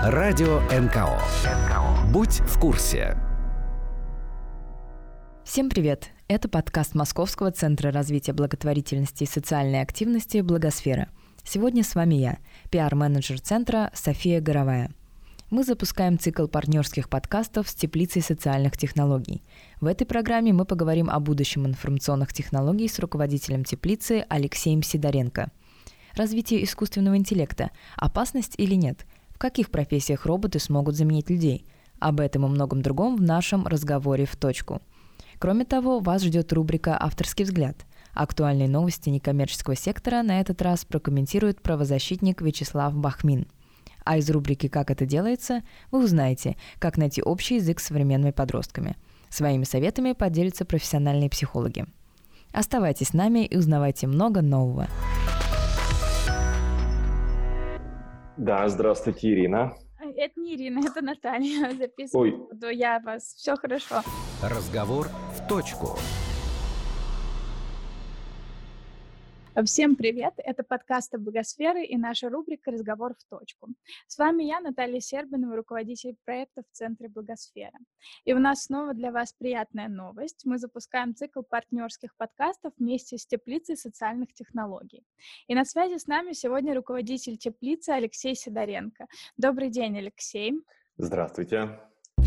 Радио НКО. Будь в курсе. Всем привет! Это подкаст Московского центра развития благотворительности и социальной активности «Благосфера». Сегодня с вами я, пиар-менеджер центра София Горовая. Мы запускаем цикл партнерских подкастов с теплицей социальных технологий. В этой программе мы поговорим о будущем информационных технологий с руководителем теплицы Алексеем Сидоренко. Развитие искусственного интеллекта – опасность или нет? В каких профессиях роботы смогут заменить людей? Об этом и многом другом в нашем разговоре в точку. Кроме того, вас ждет рубрика «Авторский взгляд». Актуальные новости некоммерческого сектора на этот раз прокомментирует правозащитник Вячеслав Бахмин. А из рубрики «Как это делается» вы узнаете, как найти общий язык с современными подростками. Своими советами поделятся профессиональные психологи. Оставайтесь с нами и узнавайте много нового. Да, здравствуйте, Ирина. Это не Ирина, это Наталья. Записываю. Я вас. Все хорошо. Разговор в точку. Всем привет! Это подкаст «Благосферы» и наша рубрика «Разговор в точку». С вами я, Наталья Сербинова, руководитель проекта в Центре «Благосфера». И у нас снова для вас приятная новость. Мы запускаем цикл партнерских подкастов вместе с теплицей социальных технологий. И на связи с нами сегодня руководитель теплицы Алексей Сидоренко. Добрый день, Алексей. Здравствуйте.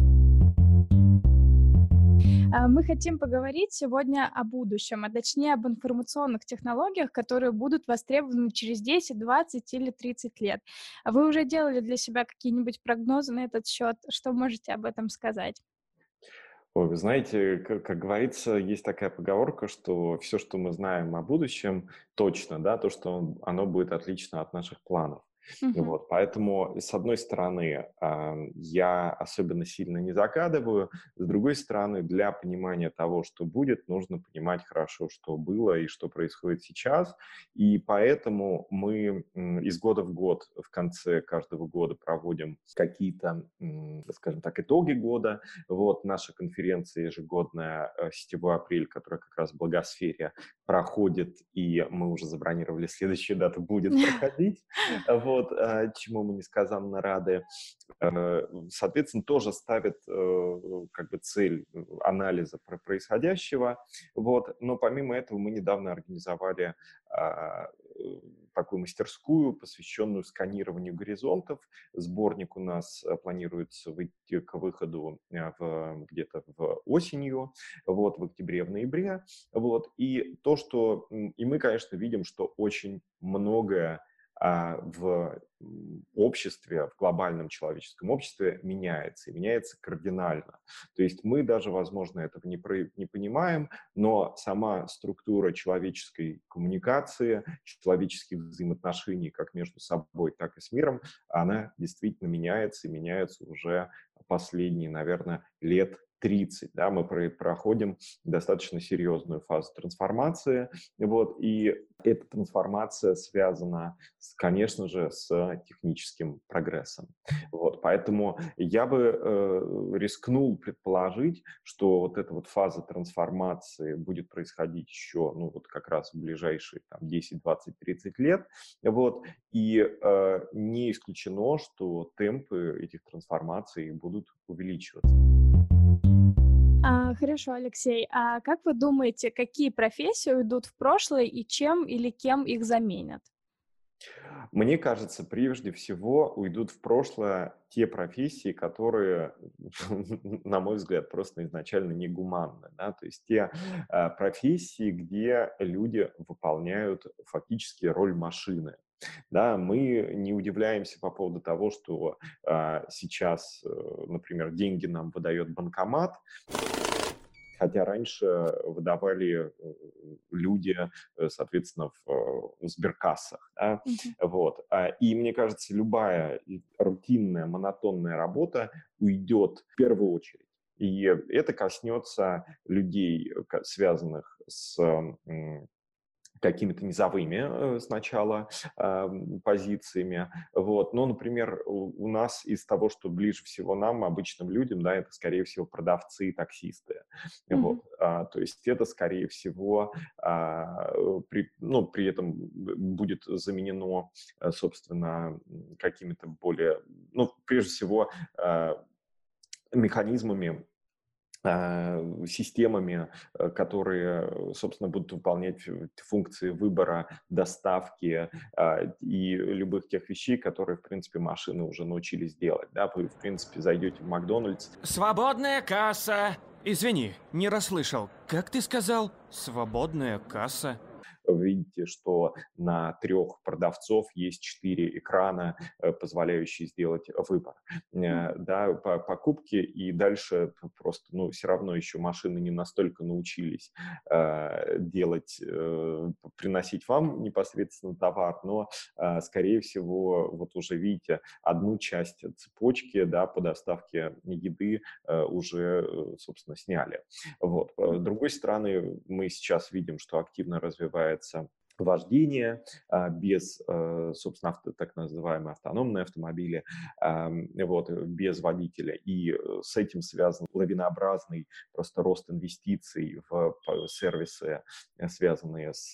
Мы хотим поговорить сегодня о будущем, а точнее об информационных технологиях, которые будут востребованы через 10, 20 или 30 лет. Вы уже делали для себя какие-нибудь прогнозы на этот счет? Что можете об этом сказать? Вы знаете, как говорится, есть такая поговорка, что все, что мы знаем о будущем, точно, да, то, что оно будет отлично от наших планов. Вот, поэтому, с одной стороны, я особенно сильно не загадываю, с другой стороны, для понимания того, что будет, нужно понимать хорошо, что было и что происходит сейчас, и поэтому мы из года в год, в конце каждого года проводим какие-то, скажем так, итоги года. Вот наша конференция ежегодная «Сетевой апрель», которая как раз в Благосфере проходит, и мы уже забронировали следующую дату, будет проходить. Вот, чему мы несказанно рады. Соответственно, тоже ставит как бы цель анализа происходящего. Вот. Но помимо этого мы недавно организовали такую мастерскую, посвященную сканированию горизонтов. Сборник у нас планируется выйти к выходу где-то в осенью, вот, в октябре, в ноябре. Вот. И мы, конечно, видим, что очень многое в обществе, в глобальном человеческом обществе меняется, и меняется кардинально. То есть мы даже, возможно, этого не понимаем, но сама структура человеческой коммуникации, человеческих взаимоотношений как между собой, так и с миром, она действительно меняется, и меняется уже последние, наверное, лет 30, да, мы проходим достаточно серьезную фазу трансформации, вот, и эта трансформация связана, конечно же, с техническим прогрессом. Вот, поэтому я бы рискнул предположить, что вот эта вот фаза трансформации будет происходить еще, ну, вот как раз в ближайшие там, 10, 20, 30 лет, вот, и не исключено, что темпы этих трансформаций будут увеличиваться. Хорошо, Алексей. А как вы думаете, какие профессии уйдут в прошлое и чем или кем их заменят? Мне кажется, прежде всего уйдут в прошлое те профессии, которые, на мой взгляд, просто изначально негуманны. Да? То есть те профессии, где люди выполняют фактически роль машины. Да, мы не удивляемся по поводу того, что сейчас, например, деньги нам выдает банкомат, хотя раньше выдавали люди, соответственно, в сберкассах. Да? Вот. И мне кажется, любая рутинная, монотонная работа уйдет в первую очередь. И это коснется людей, связанных с какими-то низовыми сначала позициями. Вот. Но, например, у нас из того, что ближе всего нам, обычным людям, да, это, скорее всего, продавцы и таксисты. Вот. То есть это, скорее всего, при этом будет заменено, собственно, какими-то более прежде всего, механизмами, системами, которые, собственно, будут выполнять функции выбора, доставки и любых тех вещей, которые, в принципе, машины уже научились делать. Да? Вы, в принципе, зайдете в Макдональдс. Свободная касса. Извини, не расслышал. Как ты сказал? Свободная касса. Вы видите, что на 3 продавцов есть 4 экрана, позволяющие сделать выбор. Да, по покупке, и дальше просто, все равно еще машины не настолько научились делать, приносить вам непосредственно товар, но, скорее всего, вот уже видите, одну часть цепочки, да, по доставке еды уже, собственно, сняли. Вот. С другой стороны, мы сейчас видим, что активно развивается вождение без, собственно, так называемые автономные автомобили, вот, без водителя. И с этим связан лавинообразный просто рост инвестиций в сервисы, связанные с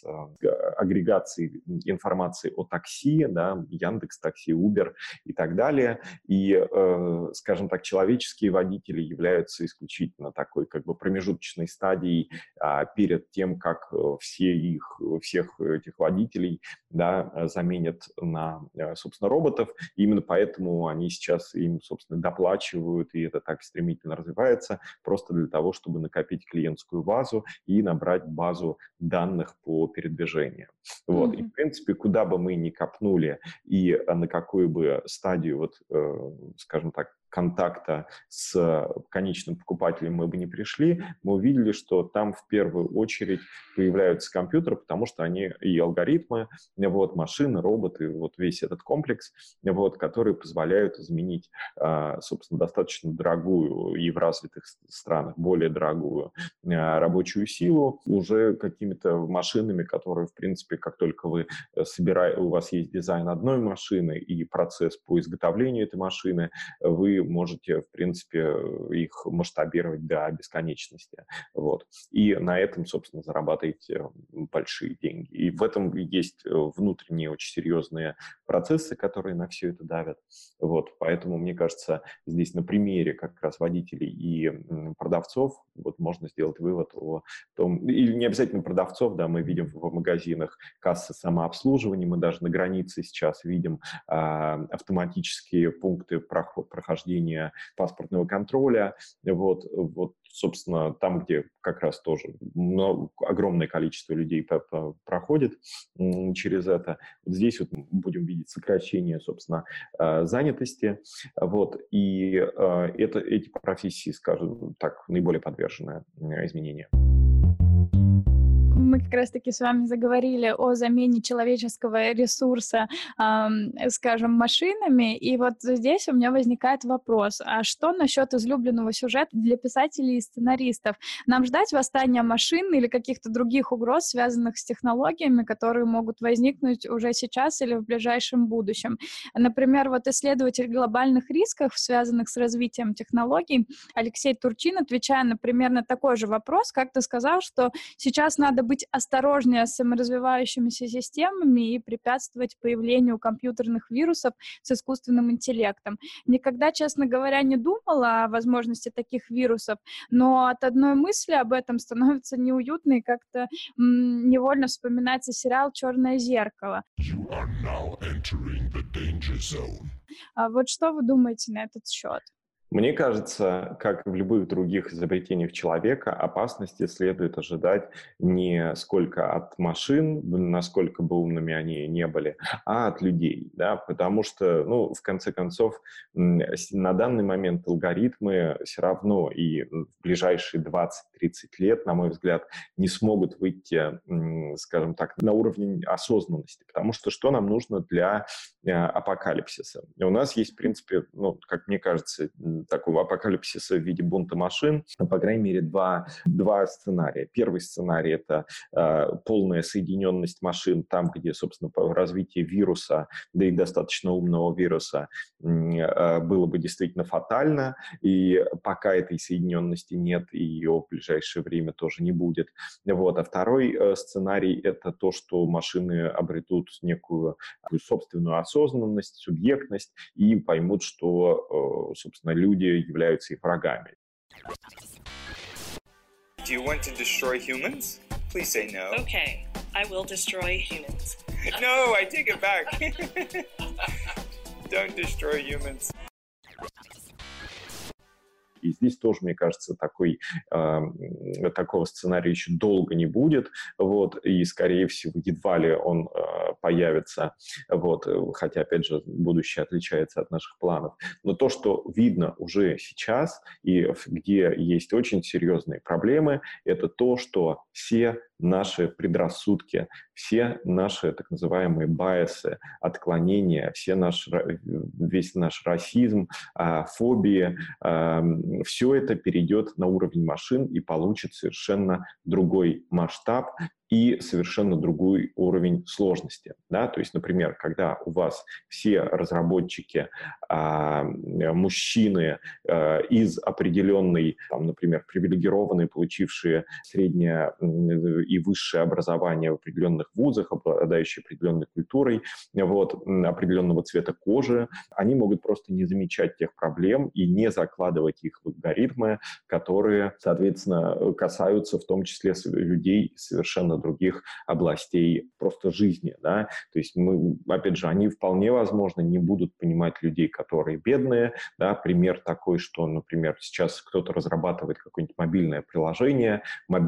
агрегацией информации о такси, да, Яндекс.Такси, Uber и так далее. И, скажем так, человеческие водители являются исключительно такой как бы промежуточной стадией перед тем, как всех этих водителей, да, заменят на, собственно, роботов. И именно поэтому они сейчас им, собственно, доплачивают, и это так стремительно развивается, просто для того, чтобы накопить клиентскую базу и набрать базу данных по передвижению. Вот. И, в принципе, куда бы мы ни копнули и на какую бы стадию, вот, скажем так, контакта с конечным покупателем мы бы не пришли, мы увидели, что там в первую очередь появляются компьютеры, потому что они и алгоритмы, вот, машины, роботы, вот весь этот комплекс, вот, которые позволяют изменить, собственно, достаточно дорогую и в развитых странах более дорогую рабочую силу уже какими-то машинами, которые, в принципе, как только вы у вас есть дизайн одной машины и процесс по изготовлению этой машины, вы можете, в принципе, их масштабировать до бесконечности. Вот. И на этом, собственно, зарабатываете большие деньги. И в этом есть внутренние очень серьезные процессы, которые на все это давят. Вот. Поэтому, мне кажется, здесь на примере как раз водителей и продавцов вот можно сделать вывод о том, или не обязательно продавцов, да, мы видим в магазинах кассы самообслуживания, мы даже на границе сейчас видим автоматические пункты прохождения паспортного контроля, вот, собственно, там, где как раз тоже огромное количество людей проходит через это, вот здесь вот будем видеть сокращение, собственно, занятости, вот, и эти профессии, скажем так, наиболее подвержены изменениям. Мы как раз-таки с вами заговорили о замене человеческого ресурса, скажем, машинами, и вот здесь у меня возникает вопрос, а что насчет излюбленного сюжета для писателей и сценаристов? Нам ждать восстания машин или каких-то других угроз, связанных с технологиями, которые могут возникнуть уже сейчас или в ближайшем будущем? Например, вот исследователь глобальных рисков, связанных с развитием технологий, Алексей Турчин, отвечая на примерно такой же вопрос, как-то сказал, что сейчас надо быть осторожнее с саморазвивающимися системами и препятствовать появлению компьютерных вирусов с искусственным интеллектом. Никогда, честно говоря, не думала о возможности таких вирусов, но от одной мысли об этом становится неуютно, и как-то невольно вспоминается сериал «Черное зеркало». А вот что вы думаете на этот счет? Мне кажется, как в любых других изобретениях человека, опасности следует ожидать не сколько от машин, насколько бы умными они не были, а от людей, да, потому что, в конце концов, на данный момент алгоритмы все равно и в ближайшие 20-30 лет, на мой взгляд, не смогут выйти, скажем так, на уровень осознанности, потому что нам нужно для апокалипсиса? У нас есть, в принципе, как мне кажется, такого апокалипсиса в виде бунта машин, по крайней мере, два сценария. Первый сценарий – это полная соединенность машин там, где, собственно, развитие вируса, да и достаточно умного вируса, было бы действительно фатально, и пока этой соединенности нет, и ее в ближайшее время тоже не будет. Вот. А второй сценарий – это то, что машины обретут некую собственную особенность, осознанность, субъектность и поймут, что, собственно, люди являются их врагами. Do you want to destroy humans? Please say no. Okay, I will destroy humans. No, I take it back. Don't destroy humans. И здесь тоже, мне кажется, такого сценария еще долго не будет, вот, и, скорее всего, едва ли он появится, вот, хотя, опять же, будущее отличается от наших планов. Но то, что видно уже сейчас, и где есть очень серьезные проблемы, это то, что все наши предрассудки, все наши так называемые байесы, отклонения, весь наш расизм, фобии, все это перейдет на уровень машин и получит совершенно другой масштаб и совершенно другой уровень сложности. Да? То есть, например, когда у вас все разработчики, мужчины из определенной, там, например, привилегированные, получившие среднее и высшее образование в определенных вузах, обладающие определенной культурой, вот, определенного цвета кожи, они могут просто не замечать тех проблем и не закладывать их в алгоритмы, которые, соответственно, касаются в том числе людей совершенно других областей просто жизни, да, то есть опять же, они вполне возможно не будут понимать людей, которые бедные, да, пример такой, что, например, сейчас кто-то разрабатывает какое-нибудь мобильное приложение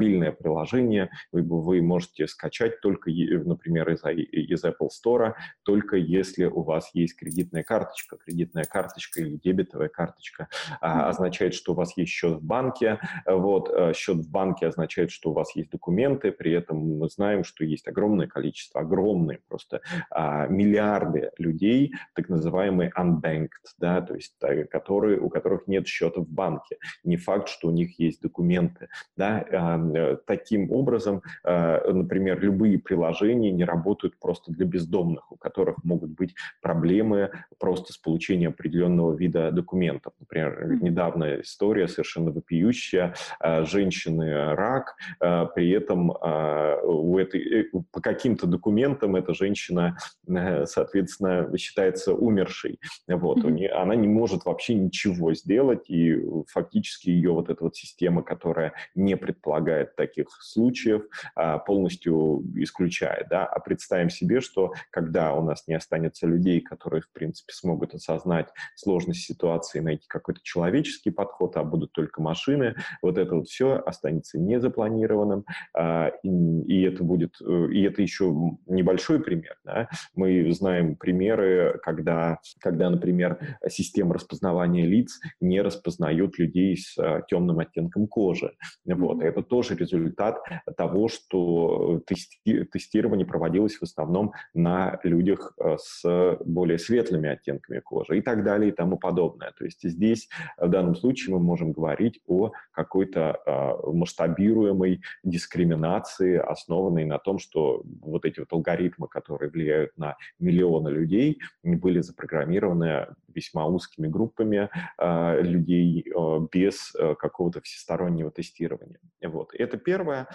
вы можете скачать только, например, из Apple Store, только если у вас есть кредитная карточка или дебетовая карточка означает, что у вас есть счет в банке, вот, счет в банке означает, что у вас есть документы, при этом мы знаем, что есть огромное количество, огромные просто миллиарды людей, так называемые unbanked, да, то есть у которых нет счета в банке. Не факт, что у них есть документы. Да. Таким образом, например, любые приложения не работают просто для бездомных, у которых могут быть проблемы просто с получением определенного вида документов. Например, недавняя история совершенно вопиющая. Женщины рак, при этом по каким-то документам эта женщина, соответственно, считается умершей. Вот. Она не может вообще ничего сделать, и фактически ее вот эта вот система, которая не предполагает таких случаев, полностью исключает. Да? А представим себе, что когда у нас не останется людей, которые, в принципе, смогут осознать сложность ситуации, найти какой-то человеческий подход, а будут только машины, вот это вот все останется незапланированным, и это еще небольшой пример. Да? Мы знаем примеры, когда, например, система распознавания лиц не распознает людей с темным оттенком кожи. Вот. Это тоже результат того, что тестирование проводилось в основном на людях с более светлыми оттенками кожи и так далее и тому подобное. То есть здесь в данном случае мы можем говорить о какой-то масштабируемой дискриминации, основанной на том, что вот эти вот алгоритмы, которые влияют на миллионы людей, были запрограммированы весьма узкими группами людей без какого-то всестороннего тестирования. Вот. Это первое.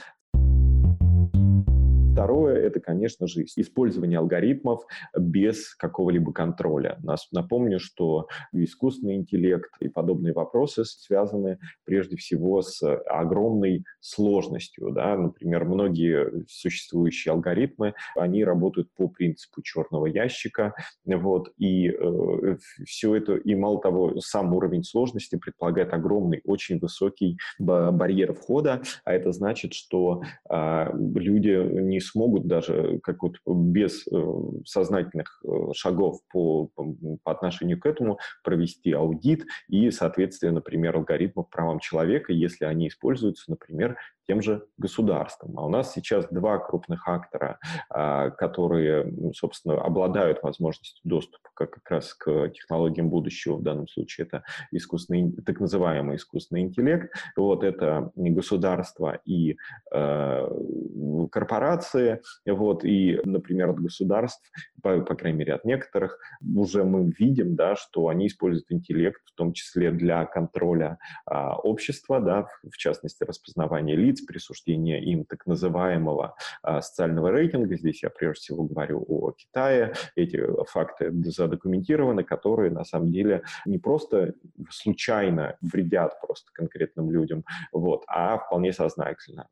Второе – это, конечно же, использование алгоритмов без какого-либо контроля. Напомню, что искусственный интеллект и подобные вопросы связаны прежде всего с огромной сложностью. Да? Например, многие существующие алгоритмы, они работают по принципу черного ящика. Вот, и все это, и мало того, сам уровень сложности предполагает огромный, очень высокий барьер входа, а это значит, что люди не смогут даже без сознательных шагов по отношению к этому провести аудит и, соответственно, например, алгоритмов правам человека, если они используются, например, тем же государством. А у нас сейчас два крупных актора, которые, собственно, обладают возможностью доступа как раз к технологиям будущего. В данном случае это так называемый искусственный интеллект. Вот это государство и корпорации, корпорации, вот, и, например, от государств, по крайней мере, от некоторых, уже мы видим, да, что они используют интеллект, в том числе для контроля общества, да, в частности, распознавания лиц, присуждения им так называемого социального рейтинга. Здесь я прежде всего говорю о Китае. Эти факты задокументированы, которые на самом деле не просто случайно вредят просто конкретным людям, вот, а вполне сознательно.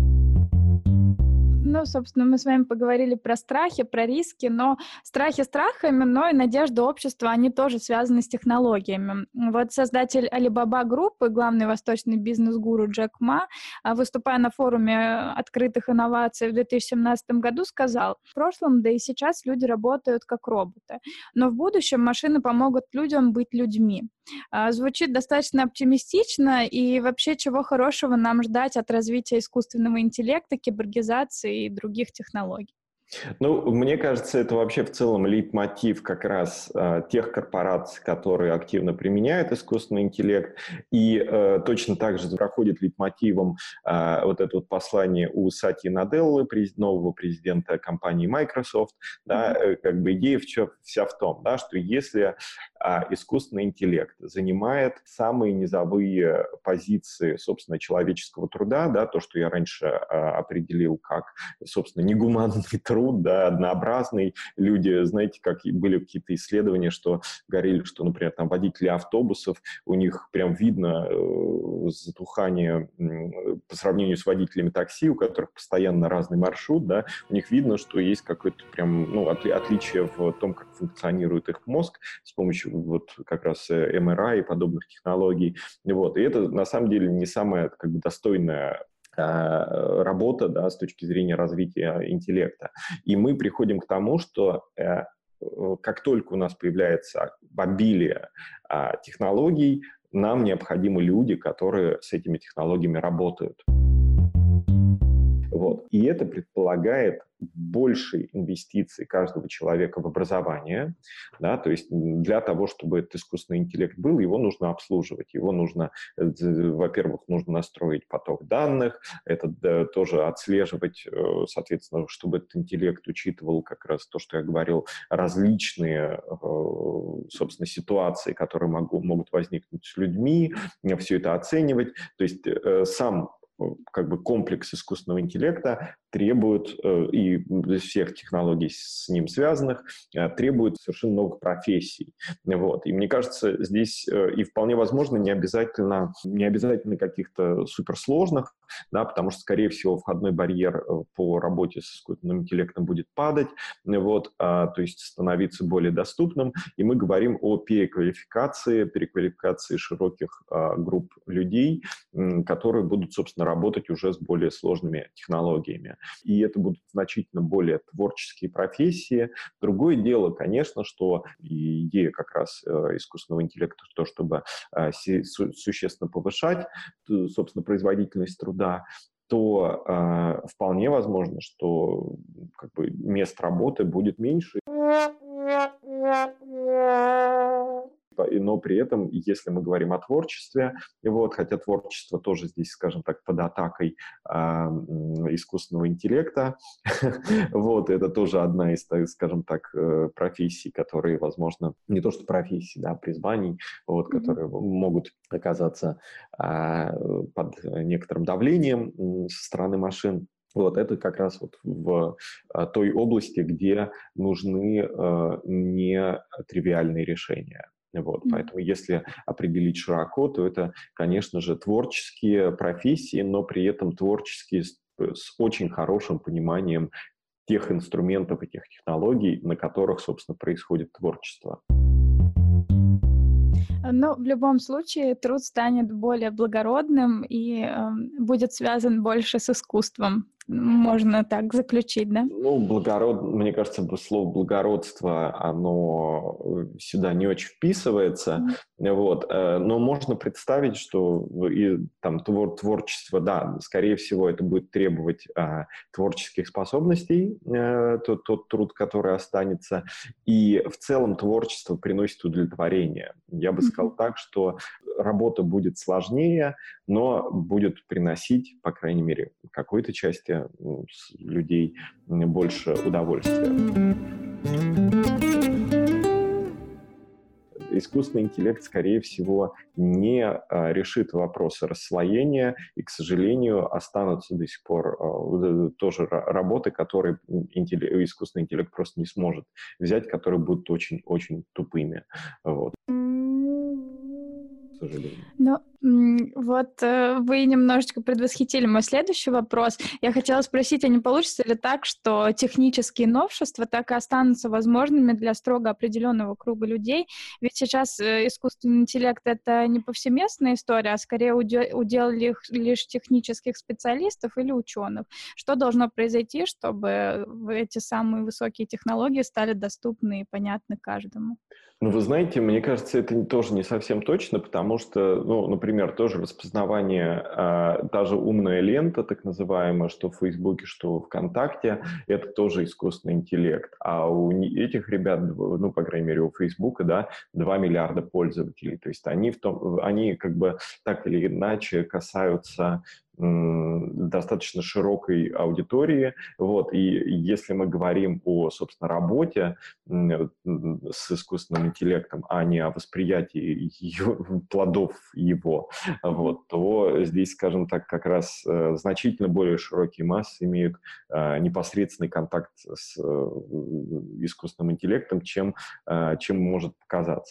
Ну, собственно, мы с вами поговорили про страхи, про риски, но страхи страхами, но и надежда общества, они тоже связаны с технологиями. Вот создатель Alibaba Group и главный восточный бизнес-гуру Джек Ма, выступая на форуме открытых инноваций в 2017 году, сказал: в прошлом, да и сейчас люди работают как роботы, но в будущем машины помогут людям быть людьми. Звучит достаточно оптимистично, и вообще чего хорошего нам ждать от развития искусственного интеллекта, киборгизации и других технологий? Ну, мне кажется, это вообще в целом лейтмотив как раз тех корпораций, которые активно применяют искусственный интеллект, и точно так же проходит лейтмотивом вот это вот послание у Сатьи Наделлы, нового президента компании Microsoft, да, как бы идея вся в том, да, что если искусственный интеллект занимает самые низовые позиции, собственно, человеческого труда, да, то, что я раньше определил как, собственно, негуманный труд, да, однообразный. Люди, знаете, как были какие-то исследования, что говорили, что, например, там водители автобусов, у них прям видно затухание по сравнению с водителями такси, у которых постоянно разный маршрут, да, у них видно, что есть какое-то прям, ну, отличие в том, как функционирует их мозг с помощью вот как раз МРА и подобных технологий. Вот. И это на самом деле не самая как бы достойная работа, да, с точки зрения развития интеллекта. И мы приходим к тому, что как только у нас появляется обилие технологий, нам необходимы люди, которые с этими технологиями работают. Вот. И это предполагает больше инвестиций каждого человека в образование. Да? То есть для того, чтобы этот искусственный интеллект был, его нужно обслуживать. Его нужно, во-первых, нужно настроить поток данных, это тоже отслеживать, соответственно, чтобы этот интеллект учитывал как раз то, что я говорил, различные, собственно, ситуации, которые могут возникнуть с людьми, все это оценивать. То есть сам как бы комплекс искусственного интеллекта требует, и всех технологий с ним связанных, требует совершенно новых профессий. Вот. И мне кажется, здесь и вполне возможно не обязательно каких-то суперсложных, да, потому что, скорее всего, входной барьер по работе с искусственным интеллектом будет падать, вот, то есть становиться более доступным. И мы говорим о переквалификации широких групп людей, которые будут, собственно, работать уже с более сложными технологиями. И это будут значительно более творческие профессии. Другое дело, конечно, что идея как раз искусственного интеллекта, то, чтобы существенно повышать, собственно, производительность труда, то вполне возможно, что как бы мест работы будет меньше. Но при этом, если мы говорим о творчестве, вот, хотя творчество тоже здесь, скажем так, под атакой искусственного интеллекта, вот, это тоже одна из, скажем так, профессий, которые, возможно, не то что профессий, да, призваний, вот, которые могут оказаться под некоторым давлением со стороны машин. Вот это как раз вот в той области, где нужны нетривиальные решения. Вот, поэтому если определить широко, то это, конечно же, творческие профессии, но при этом творческие с очень хорошим пониманием тех инструментов и тех технологий, на которых, собственно, происходит творчество. Но в любом случае труд станет более благородным и будет связан больше с искусством. Можно так заключить, да? Ну, мне кажется, слово «благородство», оно сюда не очень вписывается, вот. Но можно представить, что и там творчество, да, скорее всего, это будет требовать творческих способностей, тот труд, который останется, и в целом творчество приносит удовлетворение. Я бы сказал так, что работа будет сложнее, но будет приносить, по крайней мере, какой-то части людей больше удовольствия. Искусственный интеллект, скорее всего, не решит вопросы расслоения, и, к сожалению, останутся до сих пор тоже работы, которые искусственный интеллект просто не сможет взять, которые будут очень-очень тупыми. Вот. К сожалению. Ну, вот вы немножечко предвосхитили мой следующий вопрос. Я хотела спросить, а не получится ли так, что технические новшества так и останутся возможными для строго определенного круга людей? Ведь сейчас искусственный интеллект — это не повсеместная история, а скорее удел лишь технических специалистов или ученых. Что должно произойти, чтобы эти самые высокие технологии стали доступны и понятны каждому? Ну, вы знаете, мне кажется, это тоже не совсем точно, потому что, например, тоже распознавание, та же умная лента, так называемая, что в Фейсбуке, что ВКонтакте, это тоже искусственный интеллект. А у этих ребят, по крайней мере, у Фейсбука, да, 2 миллиарда пользователей. То есть они как бы так или иначе касаются достаточно широкой аудитории. Вот. И если мы говорим о, собственно, работе с искусственным интеллектом, а не о восприятии плодов его, вот, то здесь, скажем так, как раз значительно более широкие массы имеют непосредственный контакт с искусственным интеллектом, чем может показаться.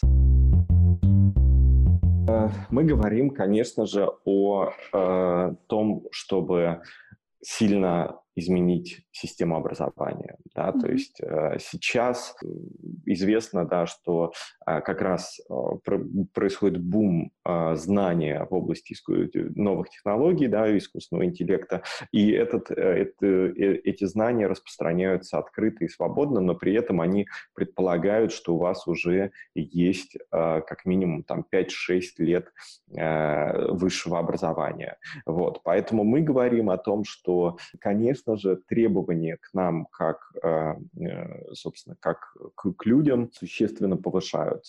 Мы говорим, конечно же, о том, чтобы сильно изменить систему образования. Да? То есть сейчас известно, да, что как раз происходит бум знания в области новых технологий, да, искусственного интеллекта, и эти знания распространяются открыто и свободно, но при этом они предполагают, что у вас уже есть как минимум там, 5-6 лет высшего образования. Вот. Поэтому мы говорим о том, что, конечно же, требования к нам, собственно, как к людям, существенно повышаются.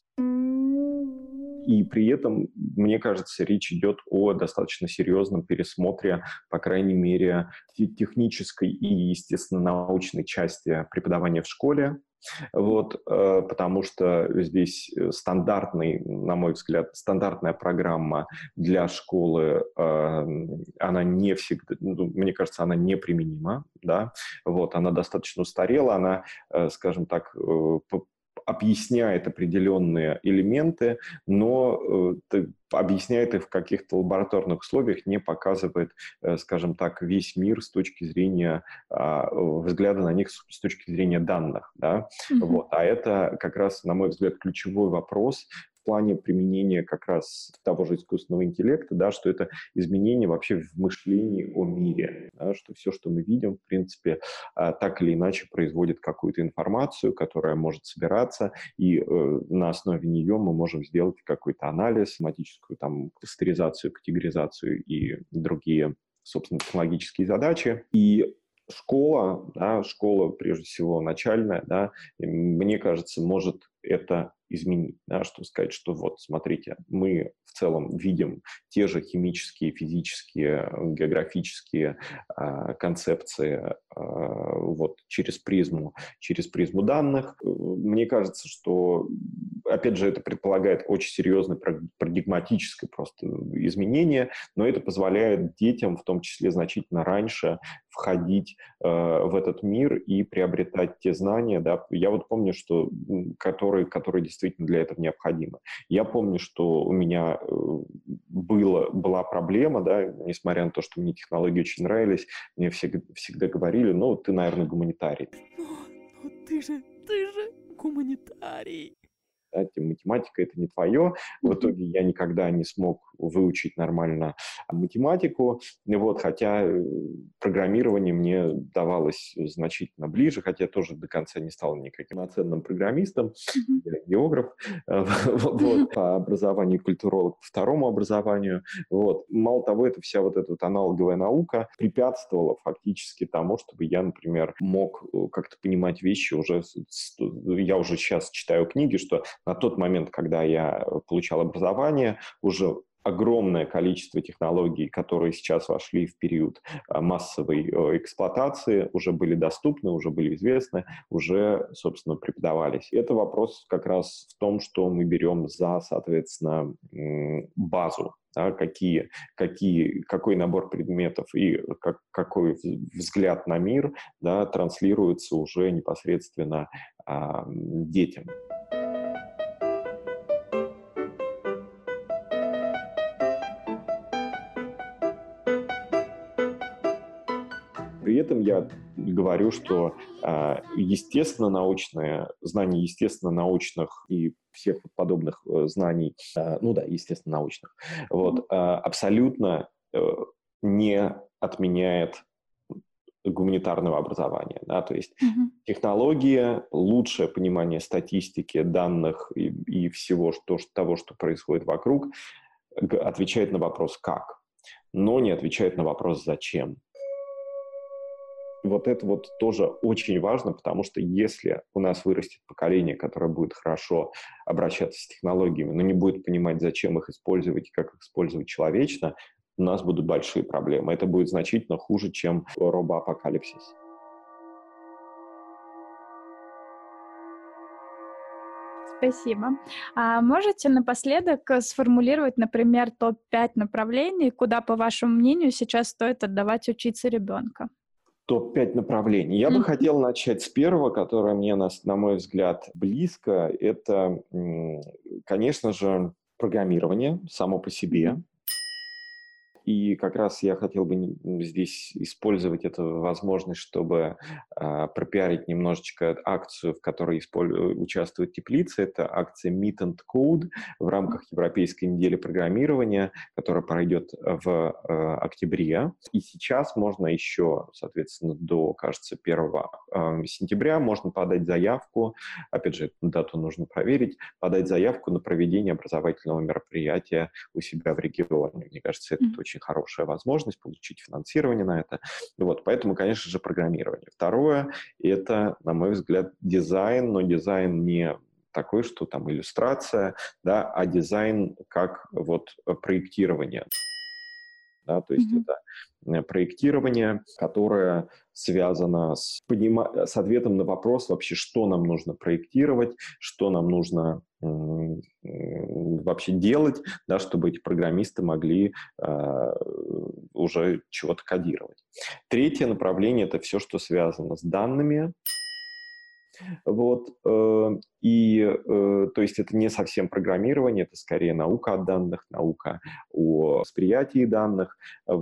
И при этом, мне кажется, речь идет о достаточно серьезном пересмотре, по крайней мере, технической и, естественно, научной части преподавания в школе. Вот, потому что здесь на мой взгляд, стандартная программа для школы, она не всегда, мне кажется, она неприменима, да, вот, она достаточно устарела, она, скажем так, объясняет определенные элементы, но объясняет их в каких-то лабораторных условиях, не показывает, скажем так, весь мир с точки зрения взгляда на них с точки зрения данных. Да? Вот. А это как раз, на мой взгляд, ключевой вопрос в плане применения как раз того же искусственного интеллекта, да, что это изменение вообще в мышлении о мире, да, что все, что мы видим, в принципе, так или иначе производит какую-то информацию, которая может собираться, и на основе нее мы можем сделать какой-то анализ, семантическую там кластеризацию, категоризацию и другие, собственно, технологические задачи. И школа, прежде всего начальная, да, мне кажется, может это изменить, да, что сказать, что вот, смотрите, мы в целом видим те же химические, физические, географические концепции вот через призму данных. Мне кажется, что, опять же, это предполагает очень серьезное парадигматическое просто изменение, но это позволяет детям, в том числе значительно раньше, входить в этот мир и приобретать те знания, да. Я вот помню, что которые действительно для этого необходимы. Я помню, что у меня была проблема, да, несмотря на то, что мне технологии очень нравились, мне всегда говорили, ты, наверное, гуманитарий. Но ты же гуманитарий. Да, математика — это не твое. В итоге я никогда не смог выучить нормально математику, вот, хотя программирование мне давалось значительно ближе, хотя я тоже до конца не стал никаким полноценным программистом, я географ вот, по образованию, культуролог по второму образованию. Вот. Мало того, вся вот эта вот аналоговая наука препятствовала фактически тому, чтобы я, например, мог как-то понимать вещи уже, я уже сейчас читаю книги, что на тот момент, когда я получал образование, уже огромное количество технологий, которые сейчас вошли в период массовой эксплуатации, уже были доступны, уже были известны, уже, собственно, преподавались. Это вопрос как раз в том, что мы берем за, соответственно, базу. Да, какой набор предметов и какой взгляд на мир, да, транслируется уже непосредственно детям. При этом я говорю, что естественно-научные знания естественно-научных и всех подобных знаний, естественно-научных, абсолютно не отменяет гуманитарного образования. Да? То есть технология, лучшее понимание статистики, данных и всего того, что происходит вокруг, отвечает на вопрос «как?», но не отвечает на вопрос «зачем?». Вот это вот тоже очень важно, потому что если у нас вырастет поколение, которое будет хорошо обращаться с технологиями, но не будет понимать, зачем их использовать и как их использовать человечно, у нас будут большие проблемы. Это будет значительно хуже, чем робоапокалипсис. Спасибо. А можете напоследок сформулировать, например, топ-5 направлений, куда, по вашему мнению, сейчас стоит отдавать учиться ребенка? Топ-5 направлений. Я бы хотел начать с первого, которое мне, на мой взгляд, близко. Это, конечно же, программирование само по себе. И как раз я хотел бы здесь использовать эту возможность, чтобы пропиарить немножечко акцию, в которой участвует Теплица. Это акция Meet and Code в рамках Европейской недели программирования, которая пройдет в октябре. И сейчас можно еще, соответственно, до, кажется, 1 сентября можно подать заявку, опять же, эту дату нужно проверить, подать заявку на проведение образовательного мероприятия у себя в регионе. Мне кажется, это очень хорошая возможность получить финансирование на это. Поэтому, конечно же, программирование. Второе – это, на мой взгляд, дизайн, но дизайн не такой, что там иллюстрация, да, а дизайн как проектирование. Да, то есть это проектирование, которое связано с ответом на вопрос вообще, что нам нужно проектировать, что нам нужно вообще делать, да, чтобы эти программисты могли уже чего-то кодировать. Третье направление – это все, что связано с данными. То есть это не совсем программирование, это скорее наука о данных, наука о восприятии данных,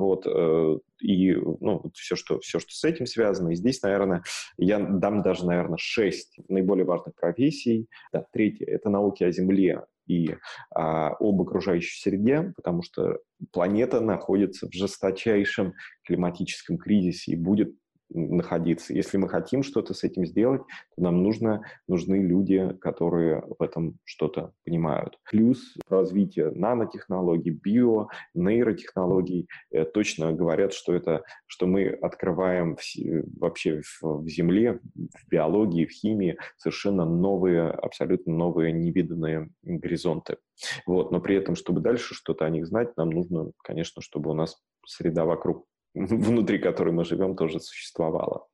все, что с этим связано. И здесь, наверное, я дам даже, 6 наиболее важных профессий. Да, третье – это науки о Земле и об окружающей среде, потому что планета находится в жесточайшем климатическом кризисе и будет находиться. Если мы хотим что-то с этим сделать, то нам нужны люди, которые в этом что-то понимают. Плюс развитие нанотехнологий, нейротехнологий точно говорят, что мы открываем вообще в Земле, в биологии, в химии совершенно новые, абсолютно новые невиданные горизонты. Но при этом, чтобы дальше что-то о них знать, нам нужно, конечно, чтобы у нас среда вокруг, внутри которой мы живем, тоже существовала.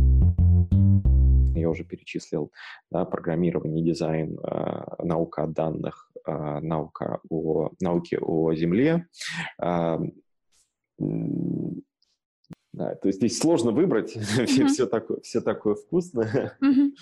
Я уже перечислил, да, программирование, дизайн, наука о данных, науки о Земле. Да, то есть здесь сложно выбрать, все такое вкусное.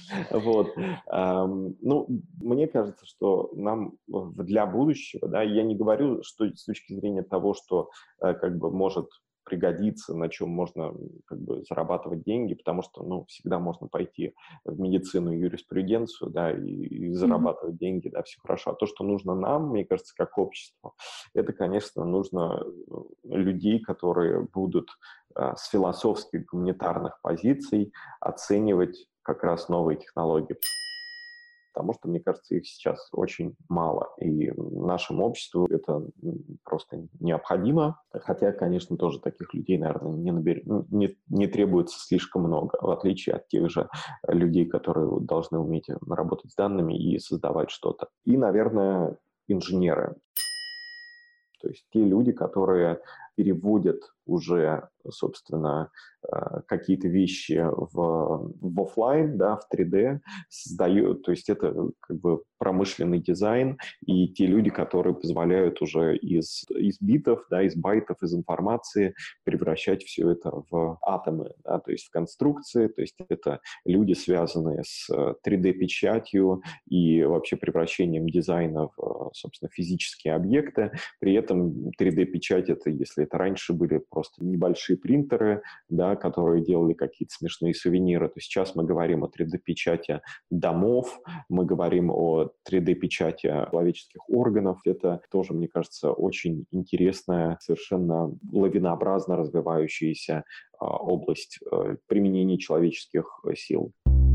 Мне кажется, что нам для будущего, да, я не говорю, что с точки зрения того, что может пригодится, на чем можно зарабатывать деньги, потому что всегда можно пойти в медицину и юриспруденцию, да, и зарабатывать деньги, да, все хорошо. А то, что нужно нам, мне кажется, как обществу, это, конечно, нужно людей, которые будут с философских гуманитарных позиций оценивать как раз новые технологии. Потому что, мне кажется, их сейчас очень мало. И нашему обществу это просто необходимо. Хотя, конечно, тоже таких людей, наверное, не требуется слишком много, в отличие от тех же людей, которые должны уметь работать с данными и создавать что-то. И, наверное, инженеры. то есть те люди, которые переводят уже, собственно, какие-то вещи в офлайн, да, в 3D, создают, то есть это как бы промышленный дизайн, и те люди, которые позволяют уже из битов, да, из байтов, из информации превращать все это в атомы, да, то есть в конструкции, то есть это люди, связанные с 3D-печатью и вообще превращением дизайна в, собственно, физические объекты. При этом 3D-печать — это, если это раньше были просто небольшие принтеры, да, которые делали какие-то смешные сувениры, то сейчас мы говорим о 3D-печати домов, мы говорим о 3D-печати человеческих органов. Это тоже, мне кажется, очень интересная, совершенно лавинообразно развивающаяся область применения человеческих сил.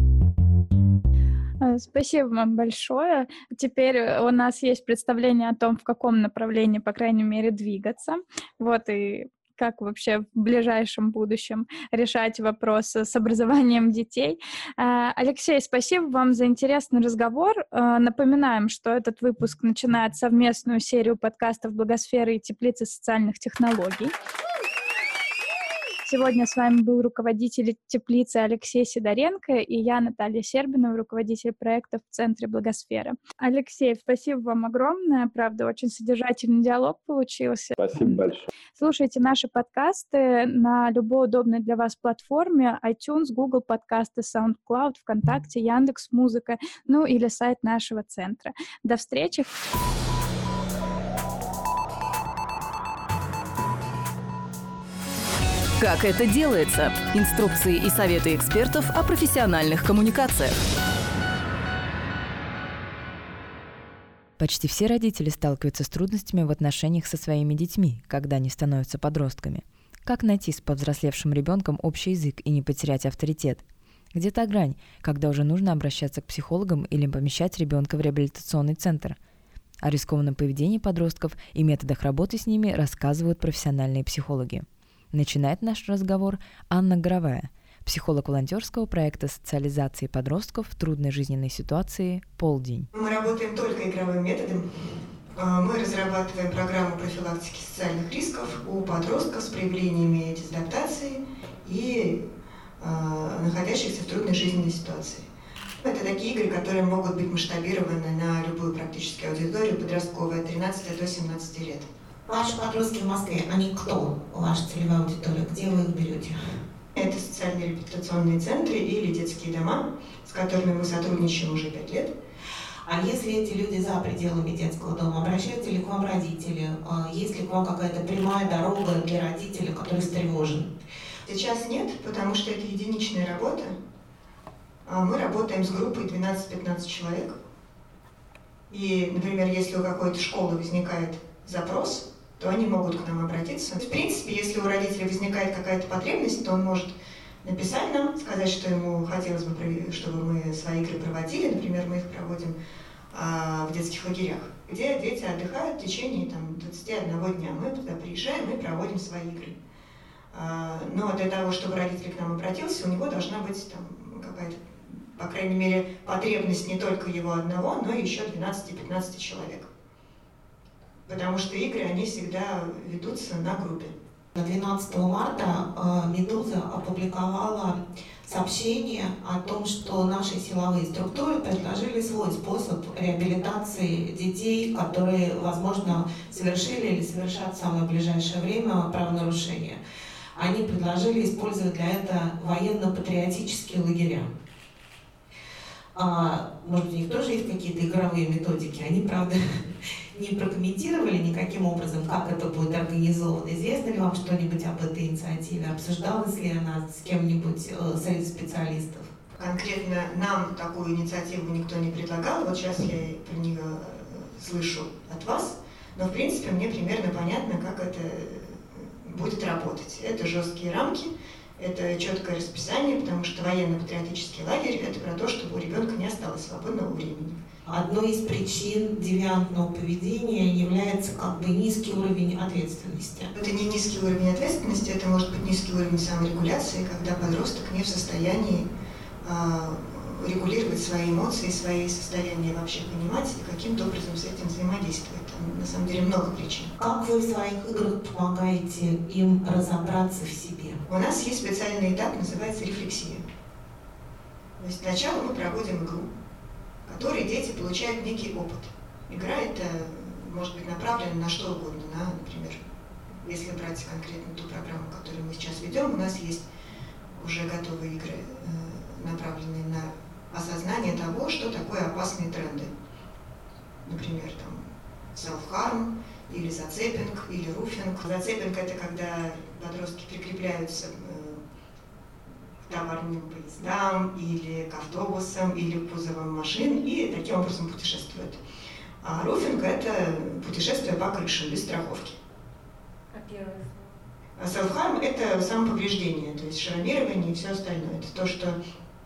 Спасибо вам большое. Теперь у нас есть представление о том, в каком направлении, по крайней мере, двигаться. Вот, и как вообще в ближайшем будущем решать вопросы с образованием детей. Алексей, спасибо вам за интересный разговор. Напоминаем, что этот выпуск начинает совместную серию подкастов «Благосферы» и «Теплицы социальных технологий». Сегодня с вами был руководитель теплицы Алексей Сидоренко и я, Наталья Сербинова, руководитель проектов в Центре Благосферы. Алексей, спасибо вам огромное. Правда, очень содержательный диалог получился. Спасибо большое. Слушайте наши подкасты на любой удобной для вас платформе: iTunes, Google подкасты, SoundCloud, ВКонтакте, Яндекс.Музыка, ну или сайт нашего центра. До встречи! Как это делается? Инструкции и советы экспертов о профессиональных коммуникациях. Почти все родители сталкиваются с трудностями в отношениях со своими детьми, когда они становятся подростками. Как найти с повзрослевшим ребенком общий язык и не потерять авторитет? Где та грань, когда уже нужно обращаться к психологам или помещать ребенка в реабилитационный центр? О рискованном поведении подростков и методах работы с ними рассказывают профессиональные психологи. Начинает наш разговор Анна Горовая, психолог волонтерского проекта социализации подростков в трудной жизненной ситуации «Полдень». Мы работаем только игровым методом. Мы разрабатываем программу профилактики социальных рисков у подростков с проявлениями дезадаптации и находящихся в трудной жизненной ситуации. Это такие игры, которые могут быть масштабированы на любую практически аудиторию подростковую от 13 до 17 лет. Ваши подростки в Москве, они кто? Ваша целевая аудитория? Где вы их берете? Это социальные реабилитационные центры или детские дома, с которыми мы сотрудничаем уже 5 лет. А если эти люди за пределами детского дома, обращаются ли к вам родители? Есть ли к вам какая-то прямая дорога для родителя, который встревожен? Сейчас нет, потому что это единичная работа. Мы работаем с группой 12-15 человек. И, например, если у какой-то школы возникает запрос, то они могут к нам обратиться. В принципе, если у родителя возникает какая-то потребность, то он может написать нам, сказать, что ему хотелось бы, чтобы мы свои игры проводили. Например, мы их проводим в детских лагерях, где дети отдыхают в течение 21 дня. Мы туда приезжаем и проводим свои игры. Но для того, чтобы родитель к нам обратился, у него должна быть какая-то, по крайней мере, потребность не только его одного, но и еще 12-15 человек. Потому что игры, они всегда ведутся на группе. 12 марта «Медуза» опубликовала сообщение о том, что наши силовые структуры предложили свой способ реабилитации детей, которые, возможно, совершили или совершат в самое ближайшее время правонарушения. Они предложили использовать для этого военно-патриотические лагеря. Может, у них тоже есть какие-то игровые методики. Они, правда, не прокомментировали никаким образом, как это будет организовано. Известно ли вам что-нибудь об этой инициативе? Обсуждалась ли она с кем-нибудь среди специалистов? Конкретно нам такую инициативу никто не предлагал. Вот сейчас я про нее слышу от вас. Но, в принципе, мне примерно понятно, как это будет работать. Это жесткие рамки. Это четкое расписание, потому что военно-патриотический лагерь – это про то, чтобы у ребенка не осталось свободного времени. Одной из причин девиантного поведения является низкий уровень ответственности. Это не низкий уровень ответственности, это может быть низкий уровень саморегуляции, когда подросток не в состоянии регулировать свои эмоции, свои состояния вообще понимать и каким-то образом с этим взаимодействовать. Там, на самом деле, много причин. Как вы в своих играх помогаете им разобраться в себе? У нас есть специальный этап, называется рефлексия. То есть сначала мы проводим игру, в которой дети получают некий опыт. Игра это может быть направлена на что угодно. Например, если брать конкретно ту программу, которую мы сейчас ведем, у нас есть уже готовые игры, направленные на осознание того, что такое опасные тренды. Например, там self-harm, или зацепинг, или руфинг. Зацепинг – это когда подростки прикрепляются к товарным поездам, или к автобусам, или к кузовам машин, и таким образом путешествуют. А руфинг – это путешествие по крышам, без страховки. А первое слово? Self-harm – это самоповреждение, то есть шрамирование и все остальное. Это то, что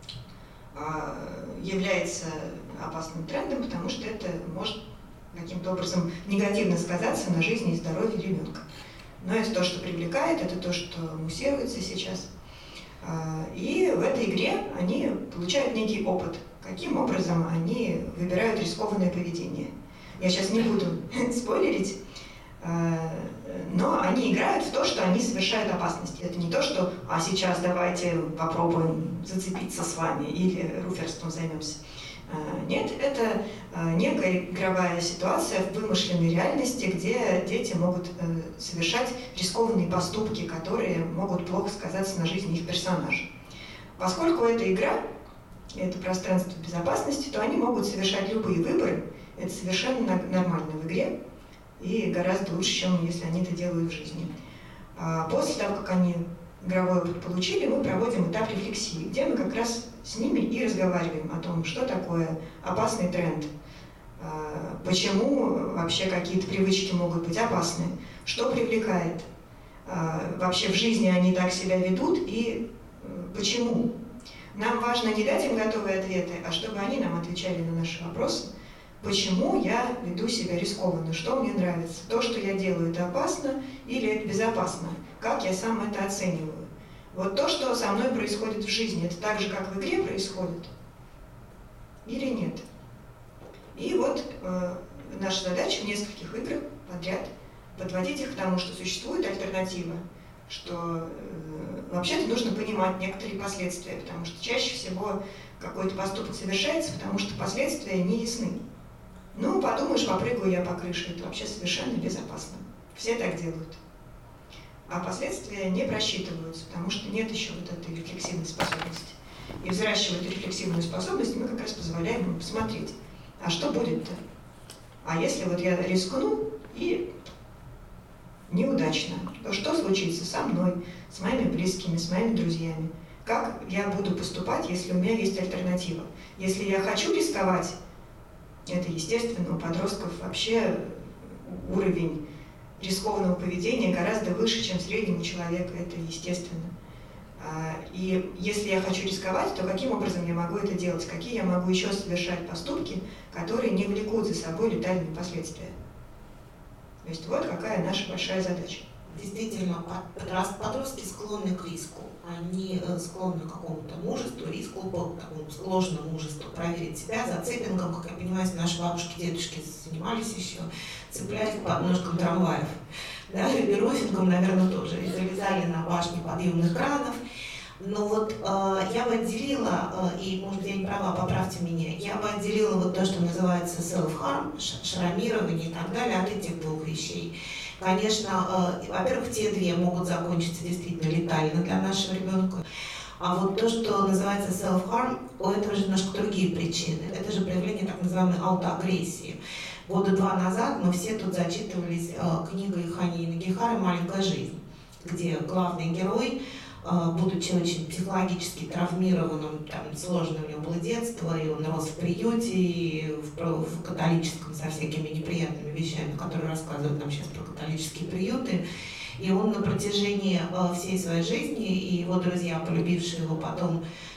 является опасным трендом, потому что это может каким-то образом негативно сказаться на жизни и здоровье ребенка. Но это то, что привлекает, это то, что муссируется сейчас. И в этой игре они получают некий опыт, каким образом они выбирают рискованное поведение. Я сейчас не буду спойлерить, но они играют в то, что они совершают опасности. Это не то, что «а сейчас давайте попробуем зацепиться с вами» или руферством займемся. Нет, это некая игровая ситуация в вымышленной реальности, где дети могут совершать рискованные поступки, которые могут плохо сказаться на жизни их персонажа. Поскольку это игра, это пространство безопасности, то они могут совершать любые выборы. Это совершенно нормально в игре и гораздо лучше, чем если они это делают в жизни. После того, как они игровой опыт получили, мы проводим этап рефлексии, где мы как раз с ними и разговариваем о том, что такое опасный тренд, почему вообще какие-то привычки могут быть опасны, что привлекает, вообще в жизни они так себя ведут и почему. Нам важно не дать им готовые ответы, а чтобы они нам отвечали на наши вопросы. Почему я веду себя рискованно, что мне нравится, то, что я делаю, это опасно или это безопасно, как я сам это оцениваю. Вот то, что со мной происходит в жизни, это так же, как в игре происходит или нет. И вот наша задача в нескольких играх подряд подводить их к тому, что существует альтернатива, что вообще-то нужно понимать некоторые последствия, потому что чаще всего какой-то поступок совершается, потому что последствия не ясны. Ну, подумаешь, попрыгаю я по крыше, это вообще совершенно безопасно. Все так делают. А последствия не просчитываются, потому что нет еще вот этой рефлексивной способности. И взращивая эту рефлексивную способность, мы как раз позволяем им посмотреть, а что будет-то? А если вот я рискну и неудачно, то что случится со мной, с моими близкими, с моими друзьями? Как я буду поступать, если у меня есть альтернатива? Если я хочу рисковать, это естественно, у подростков вообще уровень рискованного поведения гораздо выше, чем среднего человека, это естественно. И если я хочу рисковать, то каким образом я могу это делать? Какие я могу еще совершать поступки, которые не влекут за собой летальные последствия? То есть вот какая наша большая задача. Действительно, подростки склонны к риску. Они склонны к какому-то мужеству, риску, к такому сложному мужеству, проверить себя, зацепингом, как я понимаю, наши бабушки, дедушки занимались еще, цеплять к подножкам трамваев. Да, и рофингом, наверное, тоже. И залезали на башни подъемных кранов. Но вот я бы отделила, и, может быть, я не права, поправьте меня, я бы отделила вот то, что называется self-harm, шрамирование и так далее, от этих двух вещей. Конечно, во-первых, те две могут закончиться действительно летально для нашего ребенка. А вот то, что называется self-harm, у этого же немножко другие причины. Это же проявление так называемой аутоагрессии. Года 2 назад мы все тут зачитывались книгой Хани Нагихары «Маленькая жизнь», где главный герой, будучи очень психологически травмированным, там, сложное у него было детство, и он рос в приюте, и в католическом, со всякими неприятными вещами, которые рассказывают нам сейчас про католические приюты. И он на протяжении всей своей жизни, и его друзья, полюбившие его потом,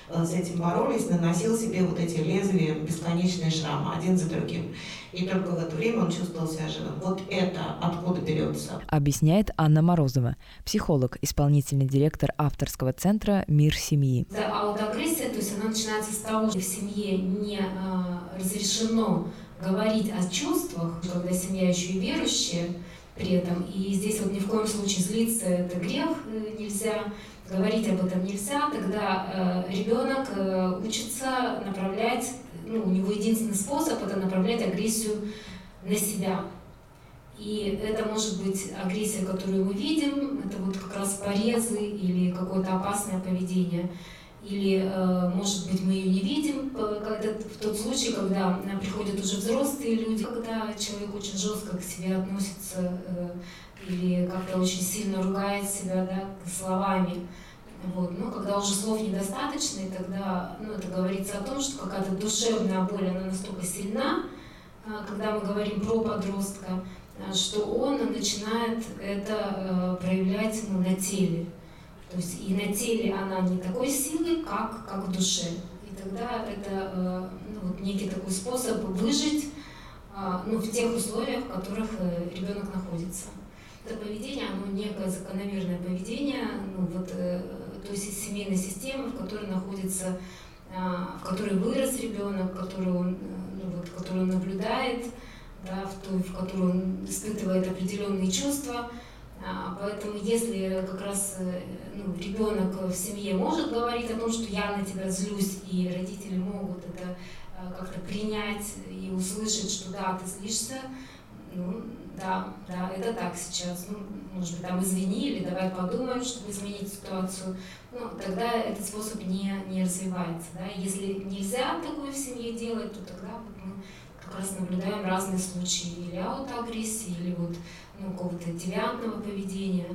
с этим боролись, наносил себе вот эти лезвия, бесконечные шрамы, один за другим. И только в это время он чувствовал себя живым. Вот это откуда берется? Объясняет Анна Морозова, психолог, исполнительный директор авторского центра «Мир семьи». Да, а вот агрессия, то есть она начинается с того, что в семье не разрешено говорить о чувствах, когда семья еще и верующая при этом. И здесь вот ни в коем случае злиться — это грех, нельзя. Говорить об этом нельзя, тогда ребенок учится направлять, у него единственный способ — это направлять агрессию на себя. И это может быть агрессия, которую мы видим, это вот как раз порезы или какое-то опасное поведение. Или, может быть, мы ее не видим, в тот случай, когда приходят уже взрослые люди, когда человек очень жестко к себе относится или как-то очень сильно ругает себя, да, словами. Вот. Но когда уже слов недостаточно, и тогда это говорится о том, что какая-то душевная боль, она настолько сильна, когда мы говорим про подростка, что он начинает это проявлять на теле. То есть и на теле она не такой силы, как в душе. И тогда это некий такой способ выжить в тех условиях, в которых ребенок находится. Это поведение, оно некое закономерное поведение, то есть семейной системы, в которой находится, в которой вырос ребенок, которую он наблюдает, да, в которой он испытывает определенные чувства. Поэтому если как раз ребенок в семье может говорить о том, что я на тебя злюсь, и родители могут это как-то принять и услышать, что да, ты злишься, да, это так сейчас, может быть, там извини, или давай подумаем, чтобы изменить ситуацию, тогда этот способ не развивается, да. Если нельзя такое в семье делать, то тогда мы как раз наблюдаем разные случаи или аутоагрессии, или какого-то девиантного поведения,